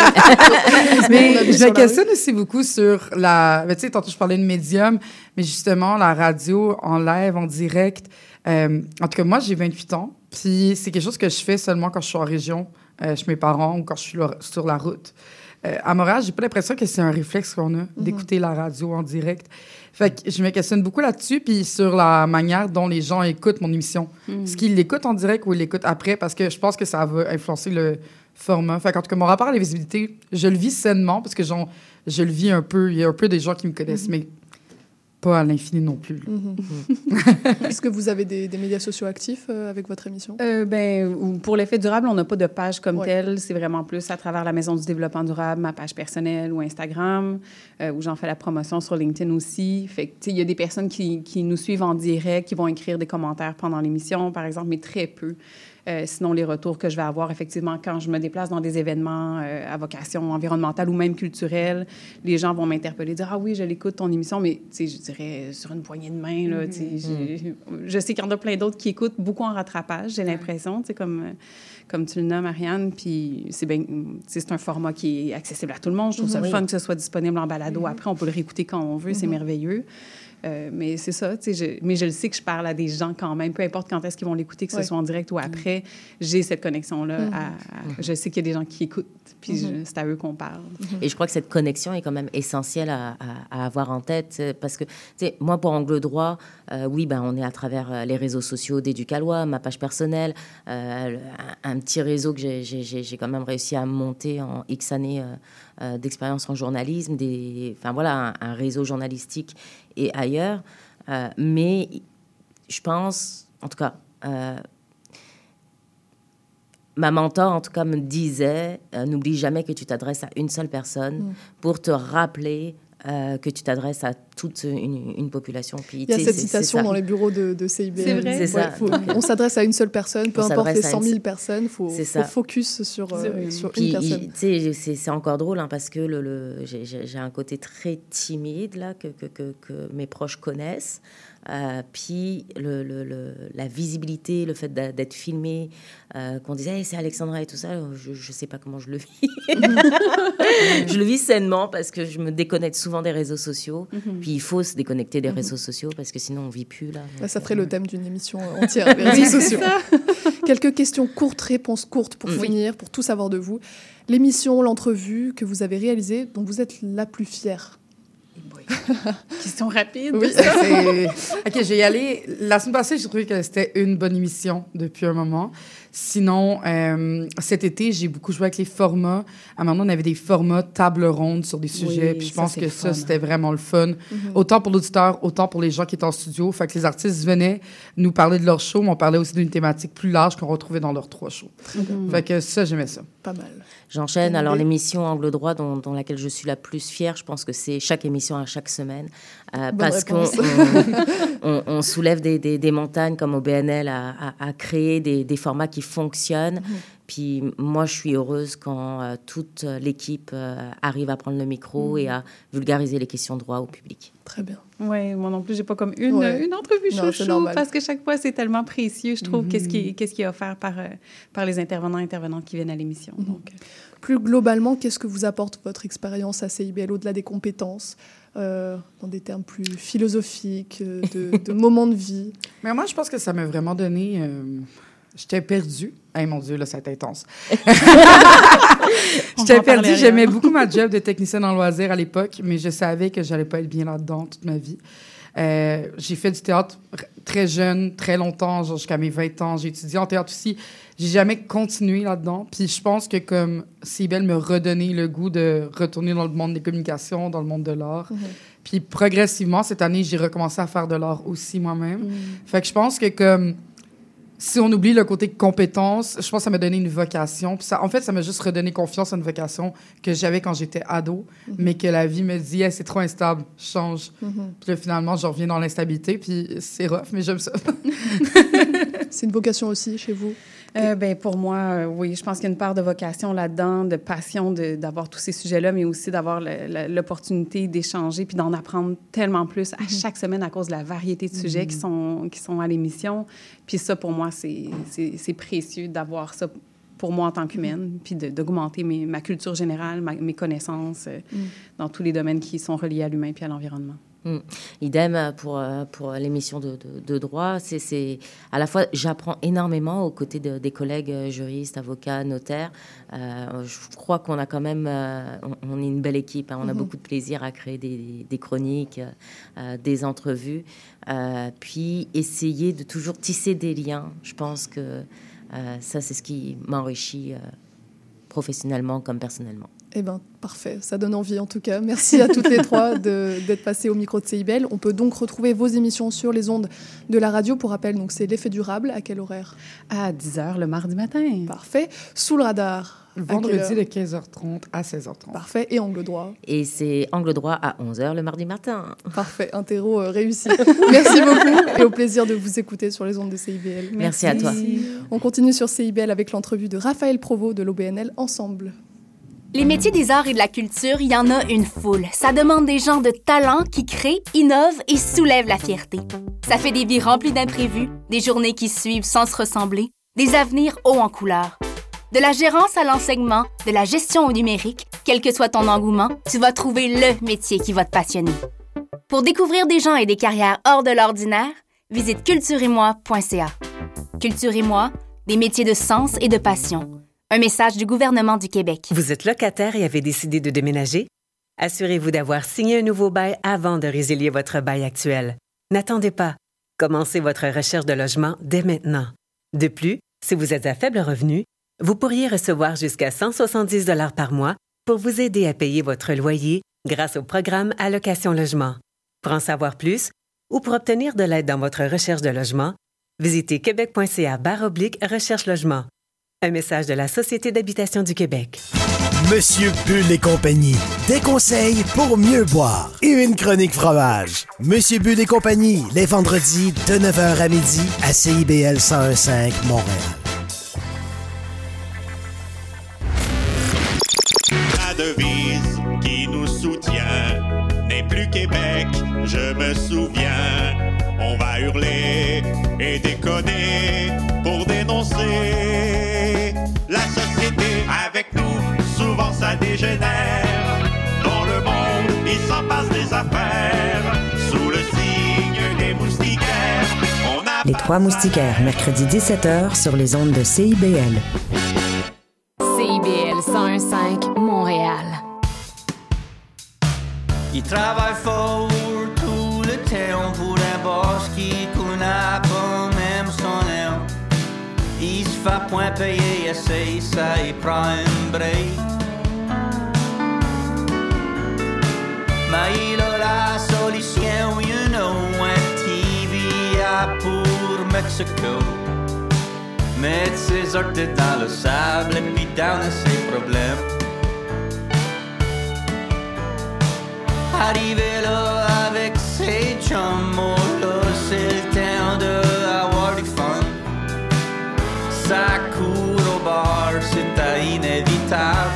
Mais je me questionne aussi beaucoup sur la... Ben, tu sais, tantôt, je parlais de médium, mais justement, la radio en live, en direct. Euh, en tout cas, moi, j'ai vingt-huit ans, puis c'est quelque chose que je fais seulement quand je suis en région, euh, chez mes parents ou quand je suis là, sur la route. Euh, à Montréal, j'ai pas l'impression que c'est un réflexe qu'on a, mm-hmm. d'écouter la radio en direct. Fait que je me questionne beaucoup là-dessus, puis sur la manière dont les gens écoutent mon émission. Mm. Est-ce qu'ils l'écoutent en direct ou ils l'écoutent après? Parce que je pense que ça va influencer le format. Fait qu'en tout cas, mon rapport à la visibilité, je le vis sainement, parce que genre, je le vis un peu. Il y a un peu des gens qui me connaissent, mm-hmm. mais pas à l'infini non plus. Mm-hmm. Est-ce que vous avez des, des médias sociaux actifs euh, avec votre émission? Euh, ben, pour l'effet durable, on n'a pas de page comme ouais. telle. C'est vraiment plus à travers la Maison du développement durable, ma page personnelle ou Instagram, euh, où j'en fais la promotion sur LinkedIn aussi. Fait que, il y a des personnes qui, qui nous suivent en direct, qui vont écrire des commentaires pendant l'émission, par exemple, mais très peu. Euh, sinon, les retours que je vais avoir, effectivement, quand je me déplace dans des événements euh, à vocation environnementale ou même culturelle, les gens vont m'interpeller, dire « Ah oui, je l'écoute, ton émission », mais je dirais sur une poignée de main. Là, mm-hmm. Je sais qu'il y en a plein d'autres qui écoutent beaucoup en rattrapage, j'ai l'impression, comme, comme tu le nommes, Ariane. Puis c'est, ben, c'est un format qui est accessible à tout le monde. Je trouve mm-hmm. ça le fun que ce soit disponible en balado. Mm-hmm. Après, on peut le réécouter quand on veut, mm-hmm. c'est merveilleux. Euh, mais c'est ça, tu sais, je, mais je le sais que je parle à des gens quand même, peu importe quand est-ce qu'ils vont l'écouter, que ouais. ce soit en direct ou après, j'ai cette connexion-là. Mm-hmm. À, à, je sais qu'il y a des gens qui écoutent, puis mm-hmm. je, c'est à eux qu'on parle. Mm-hmm. Et je crois que cette connexion est quand même essentielle à, à, à avoir en tête, parce que, tu sais, moi, pour Angle Droit, euh, oui, ben, on est à travers les réseaux sociaux d'Éducalois, ma page personnelle, euh, un, un petit réseau que j'ai, j'ai, j'ai quand même réussi à monter en X années euh, euh, d'expérience en journalisme, des, enfin voilà, un, un réseau journalistique et ailleurs. Euh, mais je pense, en tout cas, euh, ma mentor, en tout cas, me disait, euh, n'oublie jamais que tu t'adresses à une seule personne mmh. pour te rappeler euh, que tu t'adresses à toute une, une population. Puis, il y a cette citation dans les bureaux de, de C I B L. C'est vrai. C'est ça. Ouais, faut, on s'adresse à une seule personne, peu on importe les cent mille une... personnes, il faut, faut focus sur, euh, sur puis, une personne. Il, c'est, c'est encore drôle, hein, parce que le, le, j'ai, j'ai un côté très timide là, que, que, que, que mes proches connaissent. Euh, puis le, le, le, la visibilité, le fait d'être filmé, euh, qu'on disait hey, c'est Alexandra et tout ça, je ne sais pas comment je le vis. Je le vis sainement parce que je me déconnecte souvent des réseaux sociaux. Mm-hmm. Puis il faut se déconnecter des mm-hmm. réseaux sociaux parce que sinon on ne vit plus. Là. Bah, ça ferait euh... le thème d'une émission entière, les réseaux sociaux. Quelques questions courtes, réponses courtes pour mm. finir, pour tout savoir de vous. L'émission, l'entrevue que vous avez réalisée, dont vous êtes la plus fière? Question rapide. Oui, c'est... OK, je vais y aller. La semaine passée, j'ai trouvé que c'était une bonne émission depuis un moment. Sinon, euh, cet été, j'ai beaucoup joué avec les formats. À un moment, on avait des formats table ronde sur des sujets. Oui, puis je pense ça, que ça, fun. C'était vraiment le fun. Mm-hmm. Autant pour l'auditeur, autant pour les gens qui étaient en studio. Fait que les artistes venaient nous parler de leur show, mais on parlait aussi d'une thématique plus large qu'on retrouvait dans leurs trois shows. Mm-hmm. Fait que ça, j'aimais ça. Pas mal. J'enchaîne. Alors, l'émission Angle Droit, dont, dont laquelle je suis la plus fière, je pense que c'est chaque émission à chaque semaine. Euh, parce qu'on on, on soulève des, des, des montagnes, comme au B N L, à, à, à créer des, des formats qui fonctionnent. Mm-hmm. Puis moi, je suis heureuse quand euh, toute l'équipe euh, arrive à prendre le micro mm-hmm. et à vulgariser les questions de droit au public. Très bien. Oui, moi non plus, j'ai pas comme une, ouais. une entrevue chouchou, parce que chaque fois, c'est tellement précieux, je trouve, mm-hmm. qu'est-ce, qui, qu'est-ce qui est offert par, euh, par les intervenants et intervenantes qui viennent à l'émission. Mm-hmm. Donc, plus globalement, qu'est-ce que vous apporte votre expérience à C I B L, au-delà des compétences, euh, dans des termes plus philosophiques, de, de moments de vie? Mais moi, je pense que ça m'a vraiment donné... Euh... J'étais perdue. Hey, mon Dieu, là, ça a été intense. J'étais perdue. J'aimais beaucoup ma job de technicienne en loisirs à l'époque, mais je savais que j'allais pas être bien là-dedans toute ma vie. Euh, j'ai fait du théâtre très jeune, très longtemps, genre jusqu'à mes vingt ans. J'ai étudié en théâtre aussi. J'ai jamais continué là-dedans. Puis je pense que comme C I B L me redonnait le goût de retourner dans le monde des communications, dans le monde de l'art. Mm-hmm. Puis progressivement, cette année, j'ai recommencé à faire de l'art aussi moi-même. Mm. Fait que je pense que comme... si on oublie le côté compétence, je pense que ça m'a donné une vocation. Puis ça, en fait, ça m'a juste redonné confiance en une vocation que j'avais quand j'étais ado, mm-hmm. mais que la vie me dit hey, « c'est trop instable, change mm-hmm. ». Puis là, finalement, je reviens dans l'instabilité, puis c'est rough, mais j'aime ça. C'est une vocation aussi chez vous? Euh, ben, pour moi, euh, oui, je pense qu'il y a une part de vocation là-dedans, de passion de, d'avoir tous ces sujets-là, mais aussi d'avoir le, le, l'opportunité d'échanger puis d'en apprendre tellement plus à mm-hmm. chaque semaine à cause de la variété de sujets mm-hmm. qui, sont, qui sont à l'émission. Puis ça, pour moi, c'est, c'est, c'est précieux d'avoir ça pour moi en tant qu'humaine, puis de, d'augmenter mes, ma culture générale, ma, mes connaissances euh, mm. dans tous les domaines qui sont reliés à l'humain puis à l'environnement. Mmh. Idem pour, pour l'émission de, de, de droit. C'est, c'est, à la fois, j'apprends énormément aux côtés de, des collègues juristes, avocats, notaires. Euh, je crois qu'on a quand même... Euh, on, on est une belle équipe. Hein. On mmh. a beaucoup de plaisir à créer des, des chroniques, euh, des entrevues. Euh, puis, essayer de toujours tisser des liens. Je pense que euh, ça, c'est ce qui m'enrichit euh, professionnellement comme personnellement. Eh bien, parfait. Ça donne envie, en tout cas. Merci à toutes les trois de, d'être passées au micro de C I B L. On peut donc retrouver vos émissions sur les ondes de la radio. Pour rappel, donc, c'est L'Effet durable. À quel horaire? À dix heures le mardi matin. Parfait. Sous le radar. Vendredi de quinze heures trente à seize heures trente. Parfait. Et Angle droit? Et c'est Angle droit à onze heures le mardi matin. Parfait. Interro euh, réussi. Merci beaucoup et au plaisir de vous écouter sur les ondes de C I B L. Merci, Merci à toi. On continue sur C I B L avec l'entrevue de Raphaël Provost de l'O B N L Ensemble. Les métiers des arts et de la culture, il y en a une foule. Ça demande des gens de talent qui créent, innovent et soulèvent la fierté. Ça fait des vies remplies d'imprévus, des journées qui suivent sans se ressembler, des avenirs hauts en couleurs. De la gérance à l'enseignement, de la gestion au numérique, quel que soit ton engouement, tu vas trouver le métier qui va te passionner. Pour découvrir des gens et des carrières hors de l'ordinaire, visite culture et moi point c a. Culture et moi, des métiers de sens et de passion. Un message du gouvernement du Québec. Vous êtes locataire et avez décidé de déménager? Assurez-vous d'avoir signé un nouveau bail avant de résilier votre bail actuel. N'attendez pas. Commencez votre recherche de logement dès maintenant. De plus, si vous êtes à faible revenu, vous pourriez recevoir jusqu'à cent soixante-dix dollars par mois pour vous aider à payer votre loyer grâce au programme Allocation Logement. Pour en savoir plus ou pour obtenir de l'aide dans votre recherche de logement, visitez québec point c a barre oblique recherche logement. Un message de la Société d'habitation du Québec. Monsieur Bull et compagnie, des conseils pour mieux boire et une chronique fromage. Monsieur Bull et compagnie, les vendredis de neuf heures à midi à C I B L cent un virgule cinq Montréal. La devise qui nous soutient n'est plus Québec, je me souviens. On va hurler et déconner pour dénoncer la société. Avec nous, souvent ça dégénère. Dans le monde, il s'en passe des affaires. Sous le signe des moustiquaires, on a... Les Trois Moustiquaires, mercredi dix-sept heures sur les ondes de C I B L. C I B L cent un virgule cinq, Montréal. Il travaille fort tout le temps pour un boss qui connaît pas même son nom. Il se fait point payer assez, ça il prend un break. Mais il a la solution, you know, un T V A pour Mexico. Mettre ses orteils dans le sable et puis down ses problèmes. Arrivé là avec ses chums, oh là, c'est le temps de avoir du fun. Ça court au bar, c'est inévitable.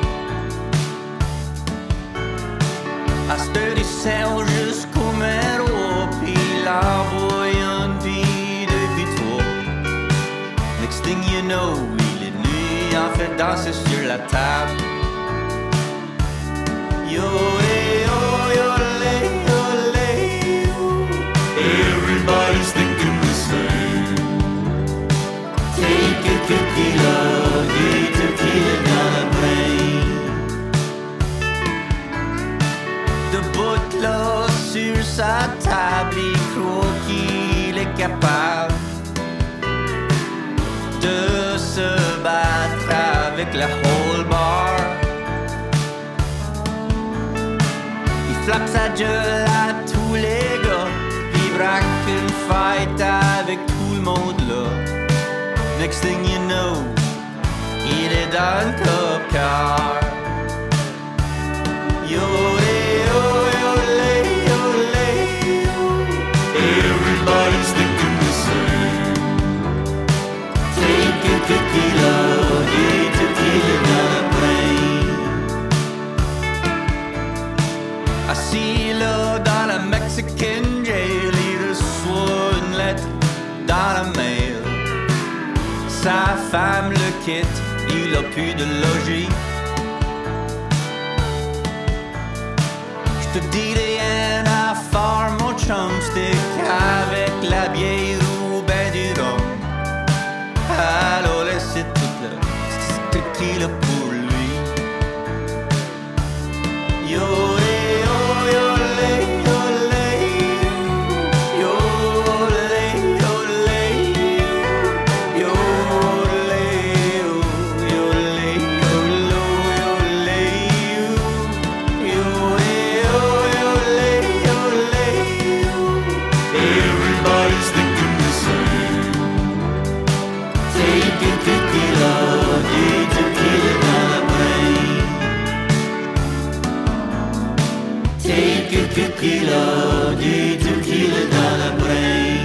À cette heure, ils sont jusqu'au métro, puis l'envoie une vie depuis toi. Next thing you know, il est nu, en fait danser sur la table. Yo, hey, oh, yo, lay, yo, lay, yo. Everybody's thinking the same. Take a tequila, get tequila dans la brain. Debout là sur sa table, il croit qu'il est capable de se battre avec la whole bar. Flappe sa gueule à tous les gars, il braque une fight avec tout le monde là. Next thing you know, il est dans le coca. Yo-lay, yo-lay, yo-lay, everybody's thinking the same. Take a tequila, get tequila down the plane. I see là dans la Mexican jail, il reçoit une lettre dans la mail. Sa femme le quitte, il a plus de logis. J'te dis rien à faire, mon chumstick, avec la bière ou ben du rhum. Alors laissez tout le tequila pour lui. Yo, yo, yo, lay, yo, lay, yo, lay, yo, lay, yo, lay, yo, yo, lay, yo, lo, yo, lay, yo, yo, yo, lay, yo, lay, everybody's thinking the same. Take a tequila, get tequila down the plane. Take a tequila, get tequila down the plane.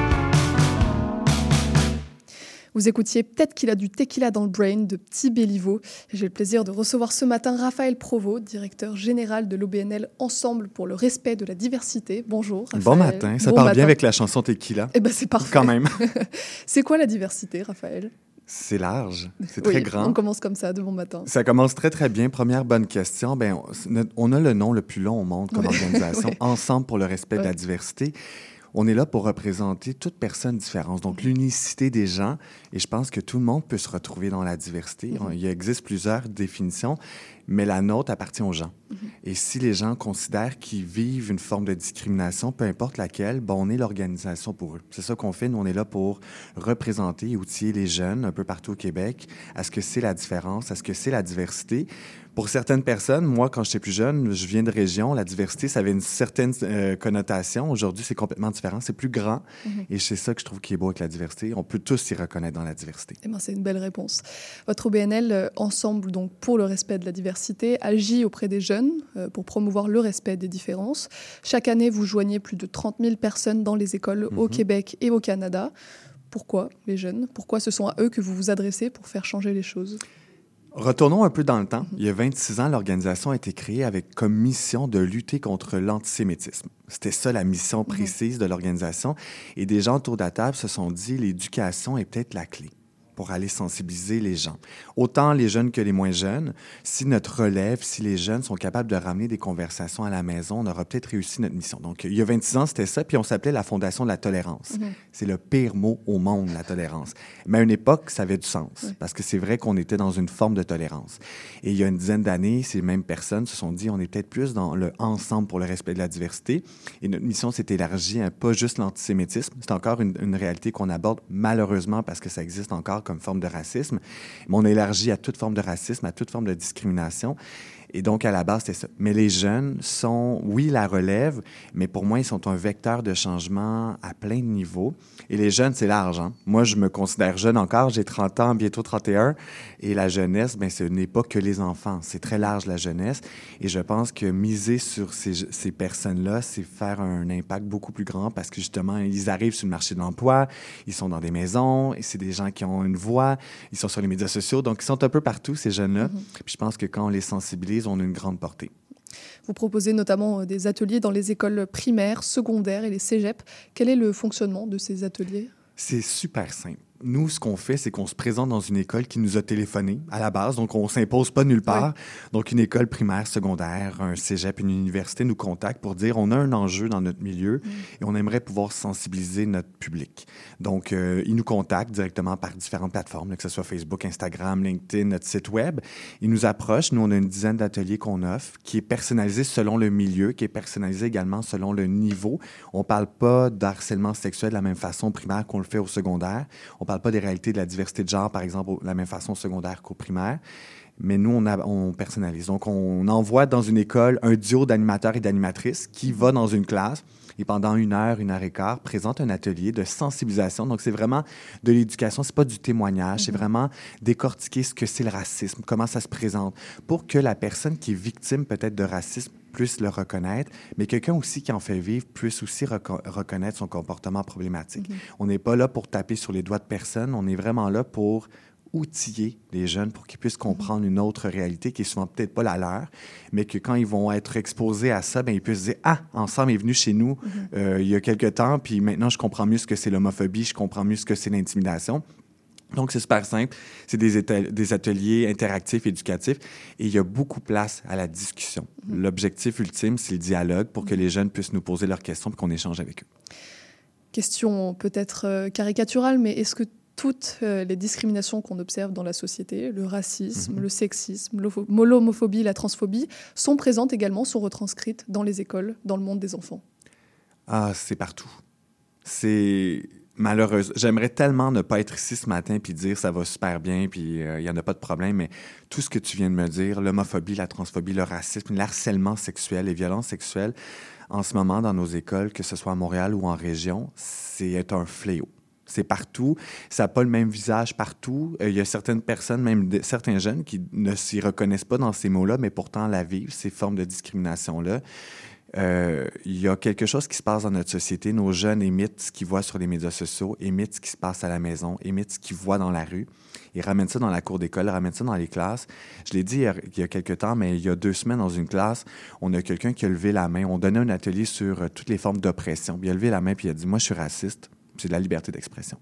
Vous écoutiez Peut-être qu'il a du tequila dans le brain de Petit Béliveau. J'ai le plaisir de recevoir ce matin Raphaël Provost, directeur général de l'O B N L Ensemble pour le respect de la diversité. Bonjour Raphaël. Bon matin, ça bon part matin. bien avec la chanson Tequila. Eh ben c'est parfait. Quand même. C'est quoi la diversité, Raphaël? C'est large, c'est Oui, très grand. On commence comme ça de bon matin. Ça commence très, très bien. Première bonne question. Ben, on, on a le nom le plus long au monde comme Ouais. organisation, Ouais. Ensemble pour le respect de la Ouais. diversité. On est là pour représenter toute personne différente, donc l'unicité des gens. Et je pense que tout le monde peut se retrouver dans la diversité. Mhm. Il existe plusieurs définitions, mais la nôtre appartient aux gens. Mhm. Et si les gens considèrent qu'ils vivent une forme de discrimination, peu importe laquelle, ben on est l'organisation pour eux. C'est ça qu'on fait. Nous, on est là pour représenter et outiller les jeunes un peu partout au Québec à ce que c'est la différence, à ce que c'est la diversité. Pour certaines personnes, moi, quand j'étais plus jeune, je viens de région, la diversité, ça avait une certaine euh, connotation. Aujourd'hui, c'est complètement différent, c'est plus grand. Mhm. Et c'est ça que je trouve qui est beau avec la diversité. On peut tous s'y reconnaître dans la diversité. Eh ben, c'est une belle réponse. Votre O B N L, euh, Ensemble donc, pour le respect de la diversité, agit auprès des jeunes euh, pour promouvoir le respect des différences. Chaque année, vous joignez plus de trente mille personnes dans les écoles au Mhm. Québec et au Canada. Pourquoi les jeunes? Pourquoi ce sont à eux que vous vous adressez pour faire changer les choses? Retournons un peu dans le temps. Il y a vingt-six ans, l'organisation a été créée avec comme mission de lutter contre l'antisémitisme. C'était ça la mission précise de l'organisation. Et des gens autour de la table se sont dit, l'éducation est peut-être la clé pour aller sensibiliser les gens. Autant les jeunes que les moins jeunes. Si notre relève, si les jeunes sont capables de ramener des conversations à la maison, on aura peut-être réussi notre mission. Donc, il y a vingt-six ans, c'était ça, puis on s'appelait la Fondation de la tolérance. Mhm. C'est le pire mot au monde, la tolérance. Mais à une époque, ça avait du sens, Ouais. parce que c'est vrai qu'on était dans une forme de tolérance. Et il y a une dizaine d'années, ces mêmes personnes se sont dit, on est peut-être plus dans le ensemble pour le respect de la diversité. Et notre mission s'est élargie à pas juste l'antisémitisme. C'est encore une, une réalité qu'on aborde malheureusement parce que ça existe encore comme forme de racisme. Mais on a élargi à toute forme de racisme, à toute forme de discrimination. Et donc, à la base, c'est ça. Mais les jeunes sont, oui, la relève, mais pour moi, ils sont un vecteur de changement à plein de niveaux. Et les jeunes, c'est large. Hein? Moi, je me considère jeune encore. J'ai trente ans, bientôt trente et un. Et la jeunesse, bien, ce n'est pas que les enfants. C'est très large, la jeunesse. Et je pense que miser sur ces, ces personnes-là, c'est faire un impact beaucoup plus grand parce que, justement, ils arrivent sur le marché de l'emploi, ils sont dans des maisons, et c'est des gens qui ont une voix, ils sont sur les médias sociaux. Donc, ils sont un peu partout, ces jeunes-là. Mm-hmm. Puis je pense que quand on les sensibilise, on a une grande portée. Vous proposez notamment des ateliers dans les écoles primaires, secondaires et les cégeps. Quel est le fonctionnement de ces ateliers? C'est super simple. Nous, ce qu'on fait, c'est qu'on se présente dans une école qui nous a téléphoné à la base, donc on ne s'impose pas nulle part. Oui. Donc, une école primaire, secondaire, un cégep, une université nous contactent pour dire on a un enjeu dans notre milieu mmh. et on aimerait pouvoir sensibiliser notre public. Donc, euh, ils nous contactent directement par différentes plateformes, là, que ce soit Facebook, Instagram, LinkedIn, notre site web. Ils nous approchent. Nous, on a une dizaine d'ateliers qu'on offre qui est personnalisé selon le milieu, qui est personnalisé également selon le niveau. On ne parle pas d'harcèlement sexuel de la même façon au primaire qu'on le fait au secondaire. On parle pas des réalités de la diversité de genre, par exemple, de la même façon au secondaire qu'au primaire. Mais nous, on, a, on personnalise. Donc, on envoie dans une école un duo d'animateurs et d'animatrices qui va dans une classe, et pendant une heure, une heure et quart, présente un atelier de sensibilisation. Donc, c'est vraiment de l'éducation, c'est pas du témoignage, mm-hmm. c'est vraiment décortiquer ce que c'est le racisme, comment ça se présente, pour que la personne qui est victime peut-être de racisme puisse le reconnaître, mais quelqu'un aussi qui en fait vivre puisse aussi reco- reconnaître son comportement problématique. Mm-hmm. On n'est pas là pour taper sur les doigts de personne, on est vraiment là pour outiller les jeunes pour qu'ils puissent comprendre une autre réalité qui est souvent peut-être pas la leur, mais que quand ils vont être exposés à ça, bien, ils puissent dire « Ah, Ensemble est venu chez nous mm-hmm. euh, il y a quelque temps, puis maintenant, je comprends mieux ce que c'est l'homophobie, je comprends mieux ce que c'est l'intimidation. » Donc, c'est super simple. C'est des, éta- des ateliers interactifs, éducatifs, et il y a beaucoup de place à la discussion. Mm-hmm. L'objectif ultime, c'est le dialogue pour que les jeunes puissent nous poser leurs questions et qu'on échange avec eux. Question peut-être euh, caricaturale, mais est-ce que toutes euh, les discriminations qu'on observe dans la société, le racisme, mm-hmm. le sexisme, l'homophobie, la transphobie, sont présentes également, sont retranscrites dans les écoles, dans le monde des enfants? Ah, c'est partout. C'est malheureux. J'aimerais tellement ne pas être ici ce matin puis dire ça va super bien puis il euh, n'y en a pas de problème, mais tout ce que tu viens de me dire, l'homophobie, la transphobie, le racisme, l'harcèlement sexuel, les violences sexuelles, en ce moment dans nos écoles, que ce soit à Montréal ou en région, c'est un fléau. C'est partout. Ça n'a pas le même visage partout. Il euh, y a certaines personnes, même de, certains jeunes, qui ne s'y reconnaissent pas dans ces mots-là, mais pourtant la vivent, ces formes de discrimination-là. Euh, il y a quelque chose qui se passe dans notre société. Nos jeunes émitent ce qu'ils voient sur les médias sociaux, émitent ce qui se passe à la maison, émitent ce qu'ils voient dans la rue. Ils ramènent ça dans la cour d'école, ramènent ça dans les classes. Je l'ai dit il y a quelques temps, mais il y a deux semaines, dans une classe, on a quelqu'un qui a levé la main. On donnait un atelier sur euh, toutes les formes d'oppression. Puis il a levé la main puis il a dit « Moi, je suis raciste. » C'est de la liberté d'expression.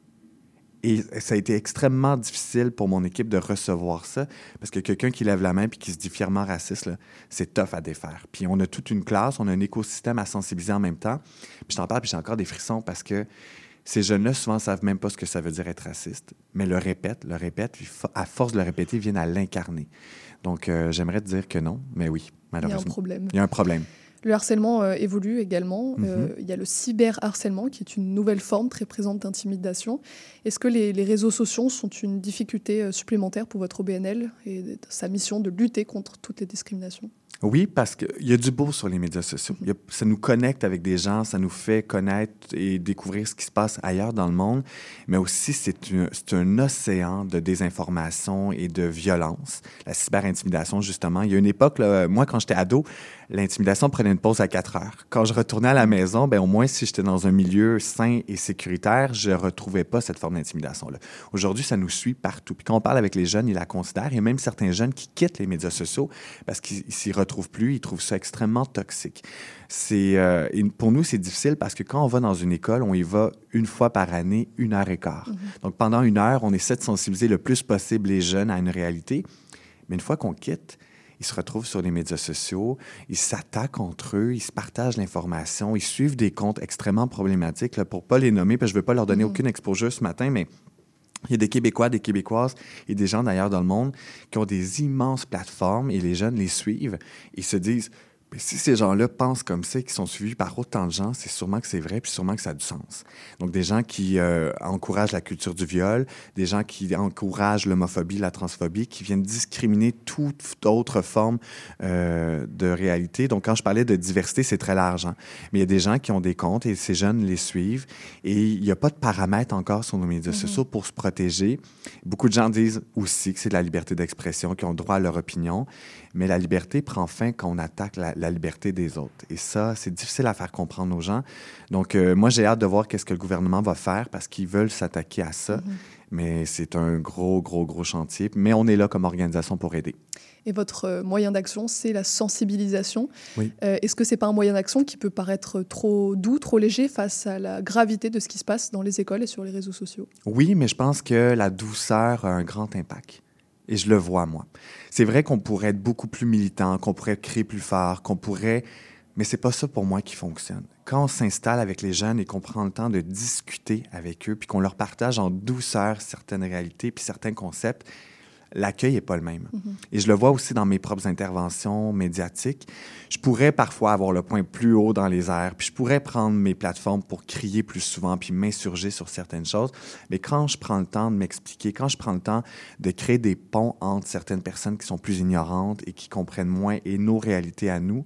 Et ça a été extrêmement difficile pour mon équipe de recevoir ça, parce que quelqu'un qui lève la main puis qui se dit fièrement raciste, là, c'est tough à défaire. Puis on a toute une classe, on a un écosystème à sensibiliser en même temps. Puis je t'en parle, puis j'ai encore des frissons, parce que ces jeunes-là, souvent, ne savent même pas ce que ça veut dire être raciste, mais le répètent, le répètent, puis à force de le répéter, ils viennent à l'incarner. Donc, euh, j'aimerais te dire que non, mais oui, malheureusement. Il y a un problème. Il y a un problème. Le harcèlement euh, évolue également. Mm-hmm. Euh, il y a le cyberharcèlement, qui est une nouvelle forme très présente d'intimidation. Est-ce que les, les réseaux sociaux sont une difficulté euh, supplémentaire pour votre O B N L et de, de sa mission de lutter contre toutes les discriminations? Oui, parce qu'il y a du beau sur les médias sociaux. Il y a, ça nous connecte avec des gens, ça nous fait connaître et découvrir ce qui se passe ailleurs dans le monde, mais aussi c'est, une, c'est un océan de désinformation et de violence. La cyberintimidation, justement. Il y a une époque, là, moi, quand j'étais ado, l'intimidation prenait une pause à quatre heures. Quand je retournais à la maison, ben, au moins, si j'étais dans un milieu sain et sécuritaire, je ne retrouvais pas cette forme d'intimidation-là. Aujourd'hui, ça nous suit partout. Puis quand on parle avec les jeunes, ils la considèrent. Il y a même certains jeunes qui quittent les médias sociaux parce qu'ils s'y retrouvent plus, ils trouvent ça extrêmement toxique. C'est, euh, pour nous, c'est difficile parce que quand on va dans une école, on y va une fois par année, une heure et quart. Mm-hmm. Donc, pendant une heure, on essaie de sensibiliser le plus possible les jeunes à une réalité. Mais une fois qu'on quitte, ils se retrouvent sur les médias sociaux, ils s'attaquent entre eux, ils se partagent l'information, ils suivent des comptes extrêmement problématiques, là, pour ne pas les nommer, parce que je ne veux pas leur donner mm-hmm. aucune exposure ce matin, mais il y a des Québécois, des Québécoises et des gens d'ailleurs dans le monde qui ont des immenses plateformes et les jeunes les suivent et se disent « si ces gens-là pensent comme ça et qui sont suivis par autant de gens, c'est sûrement que c'est vrai puis sûrement que ça a du sens. » Donc, des gens qui euh, encouragent la culture du viol, des gens qui encouragent l'homophobie, la transphobie, qui viennent discriminer toute autre forme euh, de réalité. Donc, quand je parlais de diversité, c'est très large. Hein? Mais il y a des gens qui ont des comptes et ces jeunes les suivent et il n'y a pas de paramètres encore sur nos médias mm-hmm. sociaux pour se protéger. Beaucoup de gens disent aussi que c'est de la liberté d'expression, qu'ils ont droit à leur opinion, mais la liberté prend fin quand on attaque la, la liberté des autres. Et ça, c'est difficile à faire comprendre aux gens. Donc, euh, moi, j'ai hâte de voir qu'est-ce que le gouvernement va faire parce qu'ils veulent s'attaquer à ça. Mm-hmm. Mais c'est un gros, gros, gros chantier. Mais on est là comme organisation pour aider. Et votre euh, moyen d'action, c'est la sensibilisation. Oui. Euh, est-ce que c'est pas un moyen d'action qui peut paraître trop doux, trop léger face à la gravité de ce qui se passe dans les écoles et sur les réseaux sociaux? Oui, mais je pense que la douceur a un grand impact. Et je le vois, moi. C'est vrai qu'on pourrait être beaucoup plus militant, qu'on pourrait crier plus fort, qu'on pourrait... Mais c'est pas ça pour moi qui fonctionne. Quand on s'installe avec les jeunes et qu'on prend le temps de discuter avec eux, puis qu'on leur partage en douceur certaines réalités puis certains concepts, l'accueil n'est pas le même. Mm-hmm. Et je le vois aussi dans mes propres interventions médiatiques. Je pourrais parfois avoir le point plus haut dans les airs, puis je pourrais prendre mes plateformes pour crier plus souvent, puis m'insurger sur certaines choses. Mais quand je prends le temps de m'expliquer, quand je prends le temps de créer des ponts entre certaines personnes qui sont plus ignorantes et qui comprennent moins et nos réalités à nous,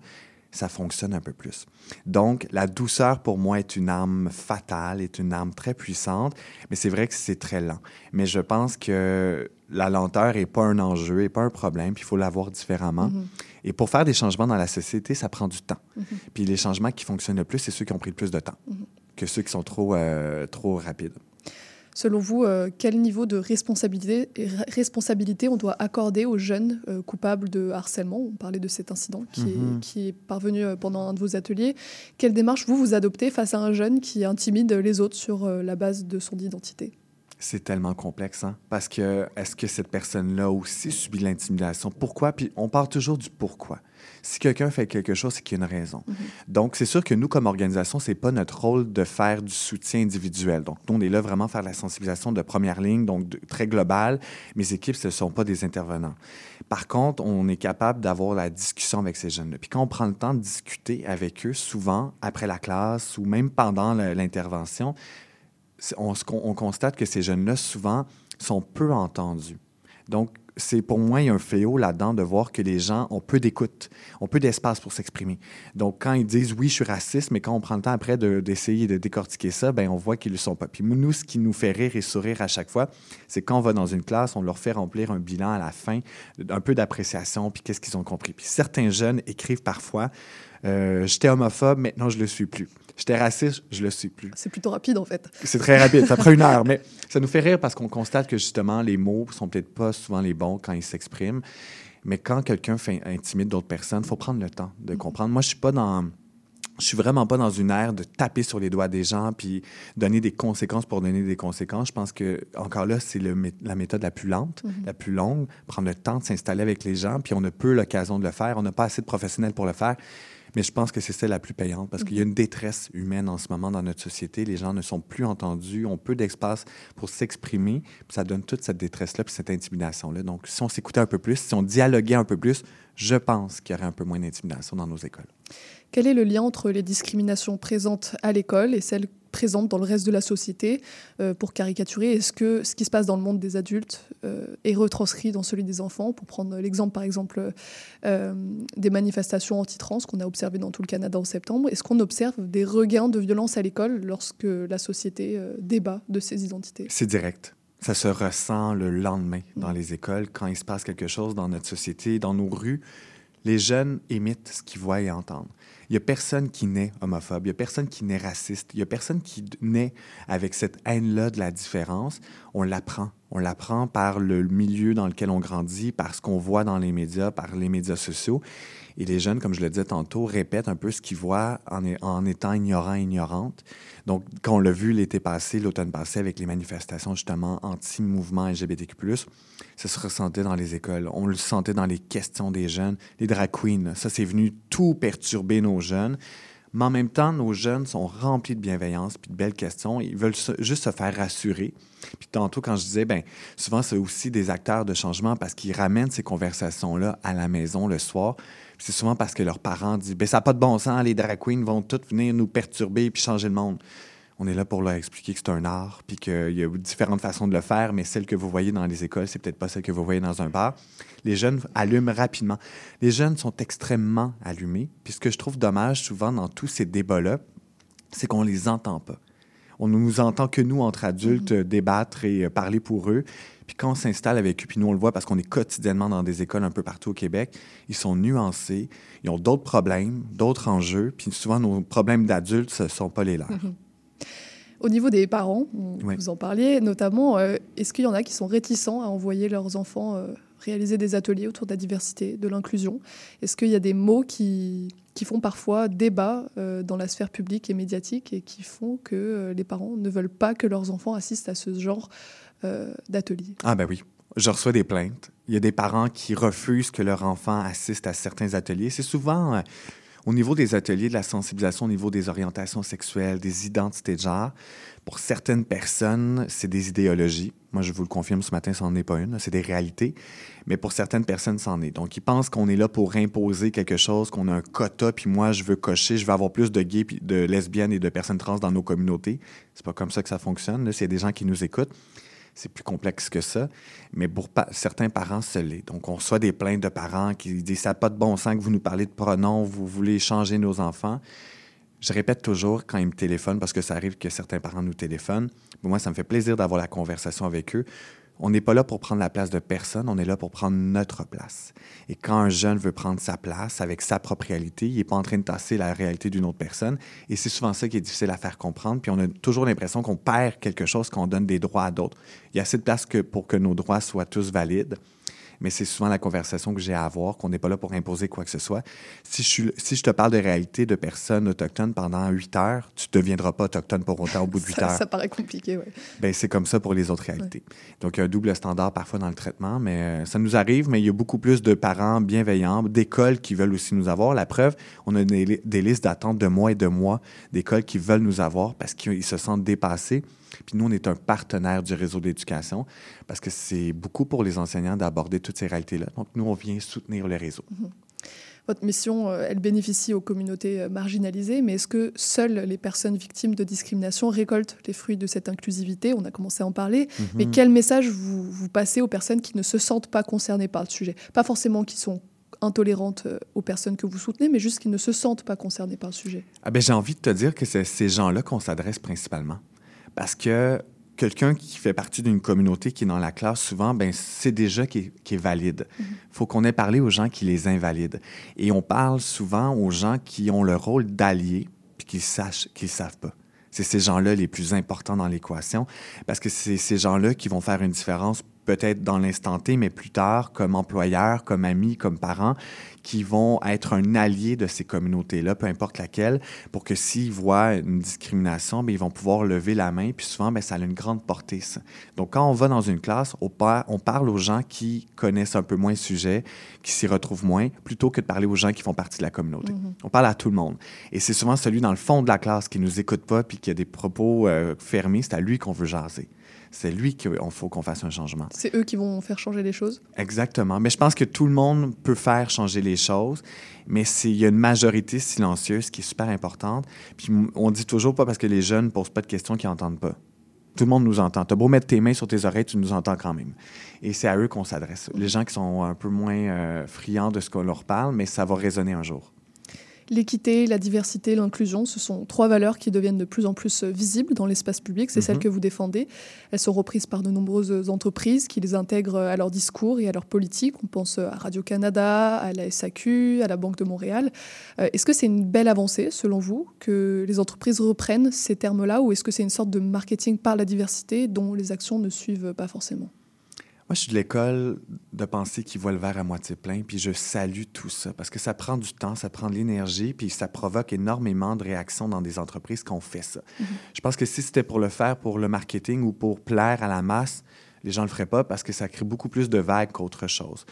ça fonctionne un peu plus. Donc, la douceur, pour moi, est une arme fatale, est une arme très puissante, mais c'est vrai que c'est très lent. Mais je pense que la lenteur n'est pas un enjeu, n'est pas un problème, puis il faut la voir différemment. Mm-hmm. Et pour faire des changements dans la société, ça prend du temps. Mm-hmm. Puis les changements qui fonctionnent le plus, c'est ceux qui ont pris le plus de temps mm-hmm. que ceux qui sont trop, euh, trop rapides. Selon vous, euh, quel niveau de responsabilité, responsabilité on doit accorder aux jeunes euh, coupables de harcèlement? On parlait de cet incident qui, mm-hmm. est, qui est parvenu pendant un de vos ateliers. Quelle démarche vous, vous adoptez face à un jeune qui intimide les autres sur euh, la base de son identité? C'est tellement complexe, hein? Parce que est-ce que cette personne-là aussi subit de l'intimidation? Pourquoi? Puis on parle toujours du pourquoi. Si quelqu'un fait quelque chose, c'est qu'il y a une raison. Mm-hmm. Donc, c'est sûr que nous, comme organisation, c'est pas notre rôle de faire du soutien individuel. Donc, nous, on est là vraiment faire de la sensibilisation de première ligne, donc de, très globale. Mes équipes, ce ne sont pas des intervenants. Par contre, on est capable d'avoir la discussion avec ces jeunes-là. Puis quand on prend le temps de discuter avec eux, souvent, après la classe ou même pendant le, l'intervention, On, on constate que ces jeunes-là, souvent, sont peu entendus. Donc, c'est pour moi, il y a un fléau là-dedans de voir que les gens ont peu d'écoute, ont peu d'espace pour s'exprimer. Donc, quand ils disent « oui, je suis raciste », mais quand on prend le temps après de, d'essayer de décortiquer ça, bien, on voit qu'ils ne le sont pas. Puis nous, ce qui nous fait rire et sourire à chaque fois, c'est quand on va dans une classe, on leur fait remplir un bilan à la fin, un peu d'appréciation, puis qu'est-ce qu'ils ont compris. Puis certains jeunes écrivent parfois euh, « j'étais homophobe, maintenant je ne le suis plus ». J'étais raciste, je le suis plus. C'est plutôt rapide, en fait. C'est très rapide, ça prend une heure. Mais ça nous fait rire parce qu'on constate que, justement, les mots sont peut-être pas souvent les bons quand ils s'expriment. Mais quand quelqu'un fait intimide d'autres personnes, il faut prendre le temps de comprendre. Moi, je suis pas dans... Je suis vraiment pas dans une ère de taper sur les doigts des gens puis donner des conséquences pour donner des conséquences. Je pense que, encore là, c'est le, la méthode la plus lente, mm-hmm. la plus longue. Prendre le temps de s'installer avec les gens, puis on n'a peu l'occasion de le faire. On n'a pas assez de professionnels pour le faire. Mais je pense que c'est celle la plus payante parce qu'il y a une détresse humaine en ce moment dans notre société. Les gens ne sont plus entendus, ont peu d'espace pour s'exprimer. Puis ça donne toute cette détresse-là puis cette intimidation-là. Donc, si on s'écoutait un peu plus, si on dialoguait un peu plus, je pense qu'il y aurait un peu moins d'intimidation dans nos écoles. Quel est le lien entre les discriminations présentes à l'école et celles présentes dans le reste de la société? euh, Pour caricaturer, est-ce que ce qui se passe dans le monde des adultes euh, est retranscrit dans celui des enfants? Pour prendre l'exemple, par exemple, euh, des manifestations anti-trans qu'on a observées dans tout le Canada en septembre, est-ce qu'on observe des regains de violence à l'école lorsque la société euh, débat de ses identités? C'est direct. Ça se ressent le lendemain dans mmh. les écoles. Quand il se passe quelque chose dans notre société, dans nos rues, les jeunes imitent ce qu'ils voient et entendent. Il n'y a personne qui naît homophobe, il n'y a personne qui naît raciste, il n'y a personne qui naît avec cette haine-là de la différence. On l'apprend. On l'apprend par le milieu dans lequel on grandit, par ce qu'on voit dans les médias, par les médias sociaux. Et les jeunes, comme je le disais tantôt, répètent un peu ce qu'ils voient en, en étant ignorants et ignorantes. Donc, quand on l'a vu l'été passé, l'automne passé, avec les manifestations justement anti-mouvement L G B T Q plus, ça se ressentait dans les écoles. On le sentait dans les questions des jeunes. Les drag queens, ça, c'est venu tout perturber nos jeunes. Mais en même temps, nos jeunes sont remplis de bienveillance puis de belles questions. Ils veulent se, juste se faire rassurer. Puis tantôt, quand je disais, bien, souvent, c'est aussi des acteurs de changement parce qu'ils ramènent ces conversations-là à la maison le soir. Puis c'est souvent parce que leurs parents disent, bien, ça n'a pas de bon sens, les drag queens vont toutes venir nous perturber puis changer le monde. On est là pour leur expliquer que c'est un art puis qu'il y a différentes façons de le faire, mais celle que vous voyez dans les écoles, c'est peut-être pas celle que vous voyez dans un bar. Les jeunes allument rapidement. Les jeunes sont extrêmement allumés. Puis ce que je trouve dommage souvent dans tous ces débats-là, c'est qu'on les entend pas. On ne nous entend que nous, entre adultes, mmh. débattre et parler pour eux. Puis quand on s'installe avec eux, puis nous, on le voit parce qu'on est quotidiennement dans des écoles un peu partout au Québec, ils sont nuancés, ils ont d'autres problèmes, d'autres enjeux, puis souvent, nos problèmes d'adultes, ce ne sont pas les leurs. Mmh. Au niveau des parents, oui. vous en parliez, notamment, euh, est-ce qu'il y en a qui sont réticents à envoyer leurs enfants euh, réaliser des ateliers autour de la diversité, de l'inclusion? Est-ce qu'il y a des mots qui, qui font parfois débat euh, dans la sphère publique et médiatique et qui font que euh, les parents ne veulent pas que leurs enfants assistent à ce genre euh, d'ateliers? Ah ben oui, je reçois des plaintes. Il y a des parents qui refusent que leur enfant assiste à certains ateliers. C'est souvent... Euh, Au niveau des ateliers de la sensibilisation, au niveau des orientations sexuelles, des identités de genre, pour certaines personnes, c'est des idéologies. Moi, je vous le confirme ce matin, ça n'en est pas une, c'est des réalités. Mais pour certaines personnes, c'en est. Donc, ils pensent qu'on est là pour imposer quelque chose, qu'on a un quota, puis moi, je veux cocher, je veux avoir plus de gays, puis de lesbiennes et de personnes trans dans nos communautés. C'est pas comme ça que ça fonctionne. Là, s'il y a des gens qui nous écoutent, c'est plus complexe que ça. Mais pour pa- certains parents, ça l'est. Donc, on reçoit des plaintes de parents qui disent « ça n'a pas de bon sens que vous nous parlez de pronoms, vous voulez changer nos enfants ». Je répète toujours quand ils me téléphonent, parce que ça arrive que certains parents nous téléphonent. Pour moi, ça me fait plaisir d'avoir la conversation avec eux. On n'est pas là pour prendre la place de personne, on est là pour prendre notre place. Et quand un jeune veut prendre sa place avec sa propre réalité, il n'est pas en train de tasser la réalité d'une autre personne. Et c'est souvent ça qui est difficile à faire comprendre. Puis on a toujours l'impression qu'on perd quelque chose, qu'on donne des droits à d'autres. Il y a assez de place que, pour que nos droits soient tous valides. Mais c'est souvent la conversation que j'ai à avoir, qu'on n'est pas là pour imposer quoi que ce soit. Si je, suis, si je te parle de réalité de personnes autochtones pendant huit heures, tu ne deviendras pas autochtone pour autant au bout de huit heures. Ça paraît compliqué, oui. Bien, c'est comme ça pour les autres réalités. Ouais. Donc, il y a un double standard parfois dans le traitement, mais euh, ça nous arrive, mais il y a beaucoup plus de parents bienveillants, d'écoles qui veulent aussi nous avoir. La preuve, on a des, des listes d'attente de mois et de mois d'écoles qui veulent nous avoir parce qu'ils se sentent dépassés. Puis nous, on est un partenaire du réseau d'éducation parce que c'est beaucoup pour les enseignants d'aborder toutes ces réalités-là. Donc, nous, on vient soutenir le réseau. Mmh. Votre mission, elle bénéficie aux communautés marginalisées, mais est-ce que seules les personnes victimes de discrimination récoltent les fruits de cette inclusivité? On a commencé à en parler. Mmh. Mais quel message vous, vous passez aux personnes qui ne se sentent pas concernées par le sujet? Pas forcément qui sont intolérantes aux personnes que vous soutenez, mais juste qui ne se sentent pas concernées par le sujet. Ah ben, j'ai envie de te dire que c'est ces gens-là qu'on s'adresse principalement. Parce que quelqu'un qui fait partie d'une communauté qui est dans la classe, souvent, ben, c'est déjà qui est, qui est valide. Il mm-hmm. faut qu'on ait parlé aux gens qui les invalident. Et on parle souvent aux gens qui ont le rôle d'alliés puis qui sachent qu'ils ne savent pas. C'est ces gens-là les plus importants dans l'équation parce que c'est ces gens-là qui vont faire une différence peut-être dans l'instant T, mais plus tard, comme employeurs, comme amis, comme parents, qui vont être un allié de ces communautés-là, peu importe laquelle, pour que s'ils voient une discrimination, bien, ils vont pouvoir lever la main, puis souvent, bien, ça a une grande portée, ça. Donc, quand on va dans une classe, on, par, on parle aux gens qui connaissent un peu moins le sujet, qui s'y retrouvent moins, plutôt que de parler aux gens qui font partie de la communauté. Mm-hmm. On parle à tout le monde. Et c'est souvent celui dans le fond de la classe qui nous écoute pas, puis qui a des propos euh, fermés, c'est à lui qu'on veut jaser. C'est lui qu'il faut qu'on fasse un changement. C'est eux qui vont faire changer les choses? Exactement. Mais je pense que tout le monde peut faire changer les choses, mais il y a une majorité silencieuse qui est super importante. Puis on dit toujours pas parce que les jeunes ne posent pas de questions qu'ils n'entendent pas. Tout le monde nous entend. Tu as beau mettre tes mains sur tes oreilles, tu nous entends quand même. Et c'est à eux qu'on s'adresse. Les gens qui sont un peu moins euh, friands de ce qu'on leur parle, mais ça va résonner un jour. L'équité, la diversité, l'inclusion, ce sont trois valeurs qui deviennent de plus en plus visibles dans l'espace public. C'est mm-hmm. celles que vous défendez. Elles sont reprises par de nombreuses entreprises qui les intègrent à leur discours et à leur politique. On pense à Radio-Canada, à la S A Q, à la Banque de Montréal. Euh, est-ce que c'est une belle avancée, selon vous, que les entreprises reprennent ces termes-là, ou est-ce que c'est une sorte de marketing par la diversité dont les actions ne suivent pas forcément? Moi, je suis de l'école de pensée qui voit le verre à moitié plein, puis je salue tout ça, parce que ça prend du temps, ça prend de l'énergie, puis ça provoque énormément de réactions dans des entreprises quand on fait ça. Mm-hmm. Je pense que si c'était pour le faire pour le marketing ou pour plaire à la masse, les gens ne le feraient pas parce que ça crée beaucoup plus de vagues qu'autre chose.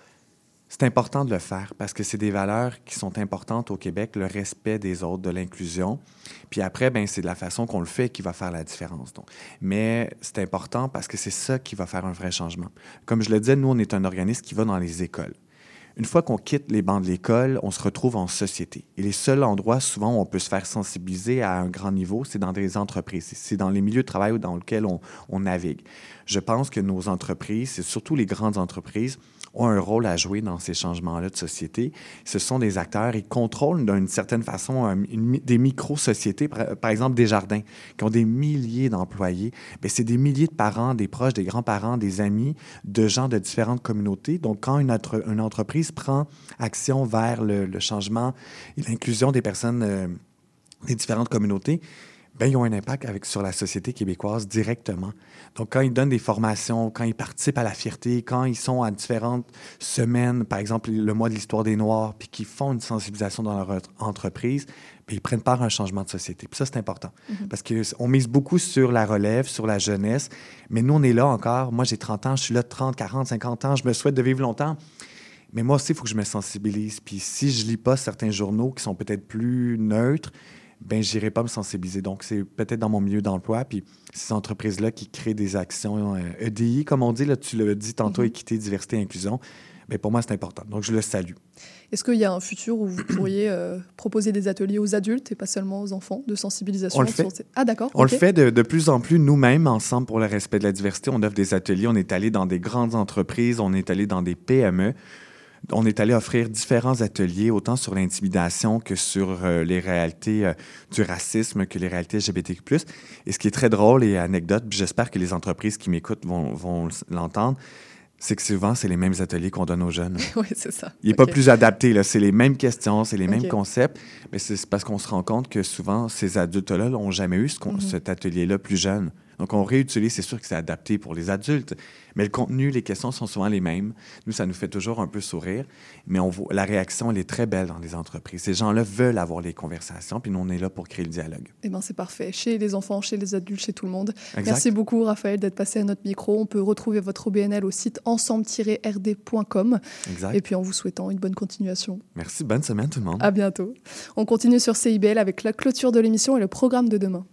C'est important de le faire parce que c'est des valeurs qui sont importantes au Québec, le respect des autres, de l'inclusion. Puis après, ben, c'est de la façon qu'on le fait qui va faire la différence. Donc. Mais c'est important parce que c'est ça qui va faire un vrai changement. Comme je le disais, nous, on est un organisme qui va dans les écoles. Une fois qu'on quitte les bancs de l'école, on se retrouve en société. Et les seuls endroits, souvent, où on peut se faire sensibiliser à un grand niveau, c'est dans des entreprises. C'est dans les milieux de travail dans lesquels on, on navigue. Je pense que nos entreprises, et surtout les grandes entreprises, ont un rôle à jouer dans ces changements-là de société. Ce sont des acteurs, ils contrôlent d'une certaine façon un, une, des micro-sociétés, par, par exemple Desjardins, qui ont des milliers d'employés. Bien, c'est des milliers de parents, des proches, des grands-parents, des amis, de gens de différentes communautés. Donc, quand une, autre, une entreprise prend action vers le, le changement et l'inclusion des personnes euh, des différentes communautés, bien, ils ont un impact avec, sur la société québécoise directement. Donc, quand ils donnent des formations, quand ils participent à la fierté, quand ils sont à différentes semaines, par exemple le mois de l'histoire des Noirs, puis qu'ils font une sensibilisation dans leur entreprise, bien, ils prennent part à un changement de société. Puis ça, c'est important. Mm-hmm. Parce qu'on mise beaucoup sur la relève, sur la jeunesse, mais nous, on est là encore. Moi, j'ai trente ans, je suis là de trente, quarante, cinquante ans, je me souhaite de vivre longtemps. Mais moi aussi, il faut que je me sensibilise. Puis si je lis pas certains journaux qui sont peut-être plus neutres, ben j'irai pas me sensibiliser. Donc, c'est peut-être dans mon milieu d'emploi. Puis ces entreprises-là qui créent des actions euh, E D I, comme on dit, là, tu l'as dit tantôt, mm-hmm. équité, diversité, inclusion, Mais pour moi, c'est important. Donc, je le salue. Est-ce qu'il y a un futur où vous pourriez euh, proposer des ateliers aux adultes et pas seulement aux enfants de sensibilisation? On le fait. Ces... Ah, d'accord. On okay. le fait de, de plus en plus nous-mêmes, ensemble, pour le respect de la diversité. On offre des ateliers. On est allé dans des grandes entreprises. On est allé dans des P M E. On est allé offrir différents ateliers, autant sur l'intimidation que sur euh, les réalités euh, du racisme, que les réalités L G B T Q plus. Et ce qui est très drôle et anecdote, puis j'espère que les entreprises qui m'écoutent vont, vont l'entendre, c'est que souvent, c'est les mêmes ateliers qu'on donne aux jeunes. Oui, c'est ça. Il n'est okay. pas plus adapté, là. C'est les mêmes questions, c'est les okay. mêmes concepts, mais c'est parce qu'on se rend compte que souvent, ces adultes-là n'ont jamais eu ce mm-hmm. cet atelier-là plus jeune. Donc, on réutilise, c'est sûr que c'est adapté pour les adultes, mais le contenu, les questions sont souvent les mêmes. Nous, ça nous fait toujours un peu sourire, mais on voit, la réaction, elle est très belle dans les entreprises. Ces gens-là veulent avoir les conversations, puis nous, on est là pour créer le dialogue. Eh bien, c'est parfait. Chez les enfants, chez les adultes, chez tout le monde. Exact. Merci beaucoup, Raphaël, d'être passé à notre micro. On peut retrouver votre O B N L au site ensemble tiret r d point com. Exact. Et puis, en vous souhaitant une bonne continuation. Merci. Bonne semaine, tout le monde. À bientôt. On continue sur C I B L avec la clôture de l'émission et le programme de demain.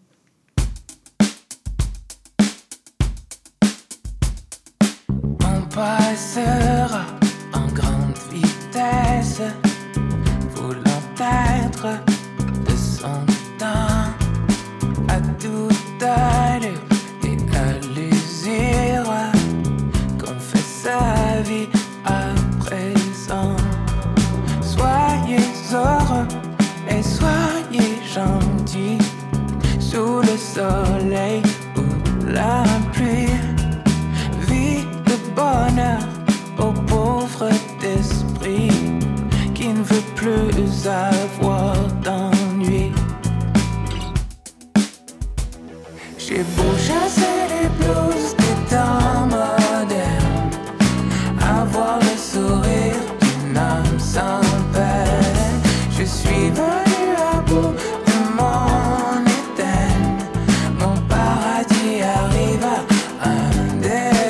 Passera en grande vitesse, voulant être de son temps, à toute allure et à l'usure, qu'on fait sa vie à présent. Soyez heureux et soyez gentils, sous le soleil ou la pluie. Bonheur aux pauvres d'esprit qui ne veut plus avoir d'ennui. J'ai beau chasser les blues des temps modernes, avoir le sourire d'une âme sans peine. Je suis venu à bout de mon Éden, mon paradis arrive à un des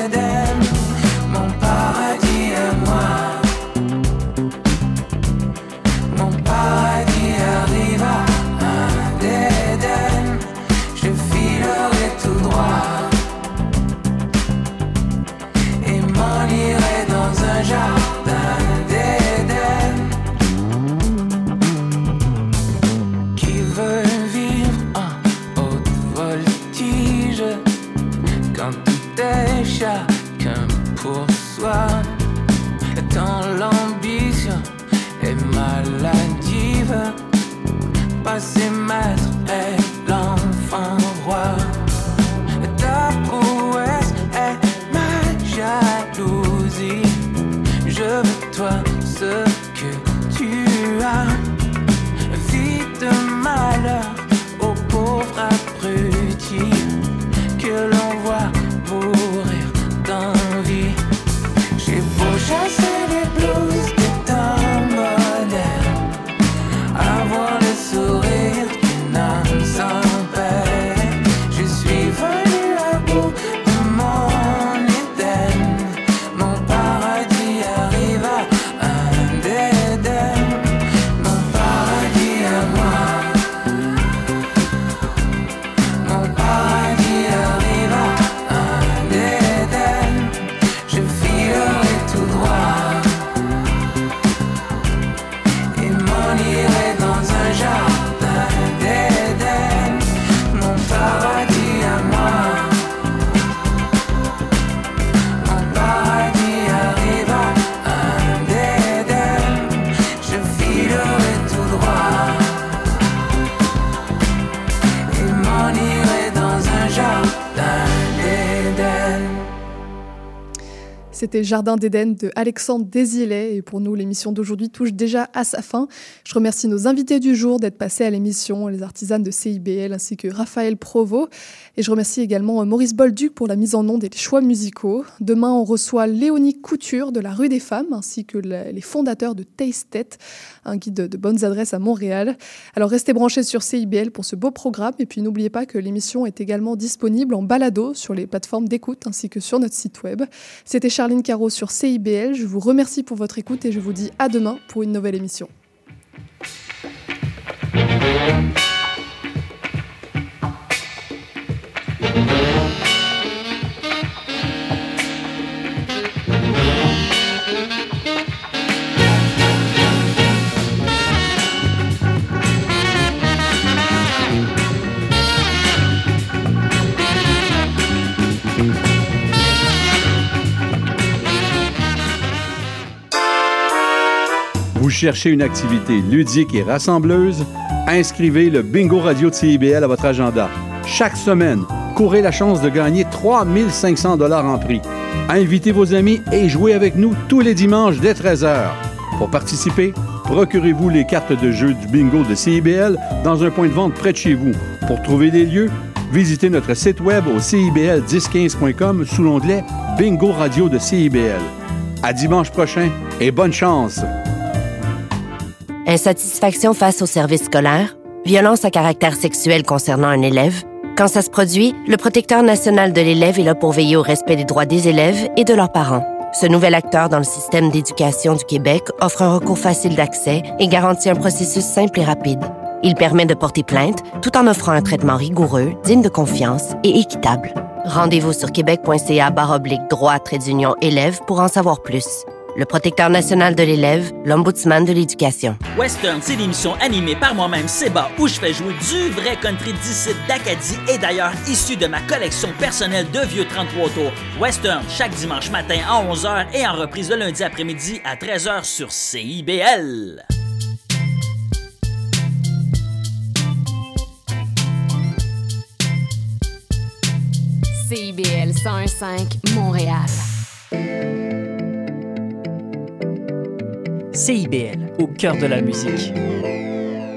chacun pour soi, tant l'ambition est maladive, passer maître est l'enfant roi, ta prouesse est ma jalousie, je veux toi ce que tu as, vie de malheur aux pauvres abrutis que l'on voit mourir d'envie. J'ai beau chasser les blues des temps modernes, avoir le sourire d'une âme sans peine. Je suis venu à bout de mon Éden, mon paradis arrive à un Éden, mon paradis à moi, mon paradis arrive à un Éden, je filerai tout droit et m'en irai dans un jardin d'Éden, mon paradis à moi, mon paradis arrive à un Éden, je filerai tout droit et m'en irai dans un jardin d'Éden. C'était Jardin d'Éden de Alexandre Désilet. Et pour nous, l'émission d'aujourd'hui touche déjà à sa fin. Je remercie nos invités du jour d'être passés à l'émission, les artisanes de C I B L, ainsi que Raphaël Provost. Et je remercie également Maurice Bolduc pour la mise en onde et les choix musicaux. Demain, on reçoit Léonie Couture de la Rue des Femmes, ainsi que les fondateurs de Taste It, un guide de bonnes adresses à Montréal. Alors restez branchés sur C I B L pour ce beau programme. Et puis n'oubliez pas que l'émission est également disponible en balado sur les plateformes d'écoute, ainsi que sur notre site web. C'était Charline Caro sur C I B L. Je vous remercie pour votre écoute et je vous dis à demain pour une nouvelle émission. Thank you. cherchez une activité ludique et rassembleuse? Inscrivez le Bingo Radio de C I B L à votre agenda. Chaque semaine, courez la chance de gagner trois mille cinq cents dollars en prix. Invitez vos amis et jouez avec nous tous les dimanches dès treize heures. Pour participer, procurez-vous les cartes de jeu du bingo de C I B L dans un point de vente près de chez vous. Pour trouver des lieux, visitez notre site web au C I B L dix quinze point com sous l'onglet Bingo Radio de C I B L. À dimanche prochain et bonne chance! Insatisfaction face au service scolaire, violence à caractère sexuel concernant un élève. Quand ça se produit, le Protecteur national de l'élève est là pour veiller au respect des droits des élèves et de leurs parents. Ce nouvel acteur dans le système d'éducation du Québec offre un recours facile d'accès et garantit un processus simple et rapide. Il permet de porter plainte tout en offrant un traitement rigoureux, digne de confiance et équitable. Rendez-vous sur québec.ca barre oblique droit trait d'union élève pour en savoir plus. Le Protecteur national de l'élève, l'Ombudsman de l'éducation. Western, c'est l'émission animée par moi-même, Seba, où je fais jouer du vrai country d'ici d'Acadie et d'ailleurs issu de ma collection personnelle de vieux trente-trois tours. Western, chaque dimanche matin à onze heures et en reprise le lundi après-midi à treize heures sur C I B L. C I B L cent un virgule cinq Montréal. C I B L, au cœur de la musique.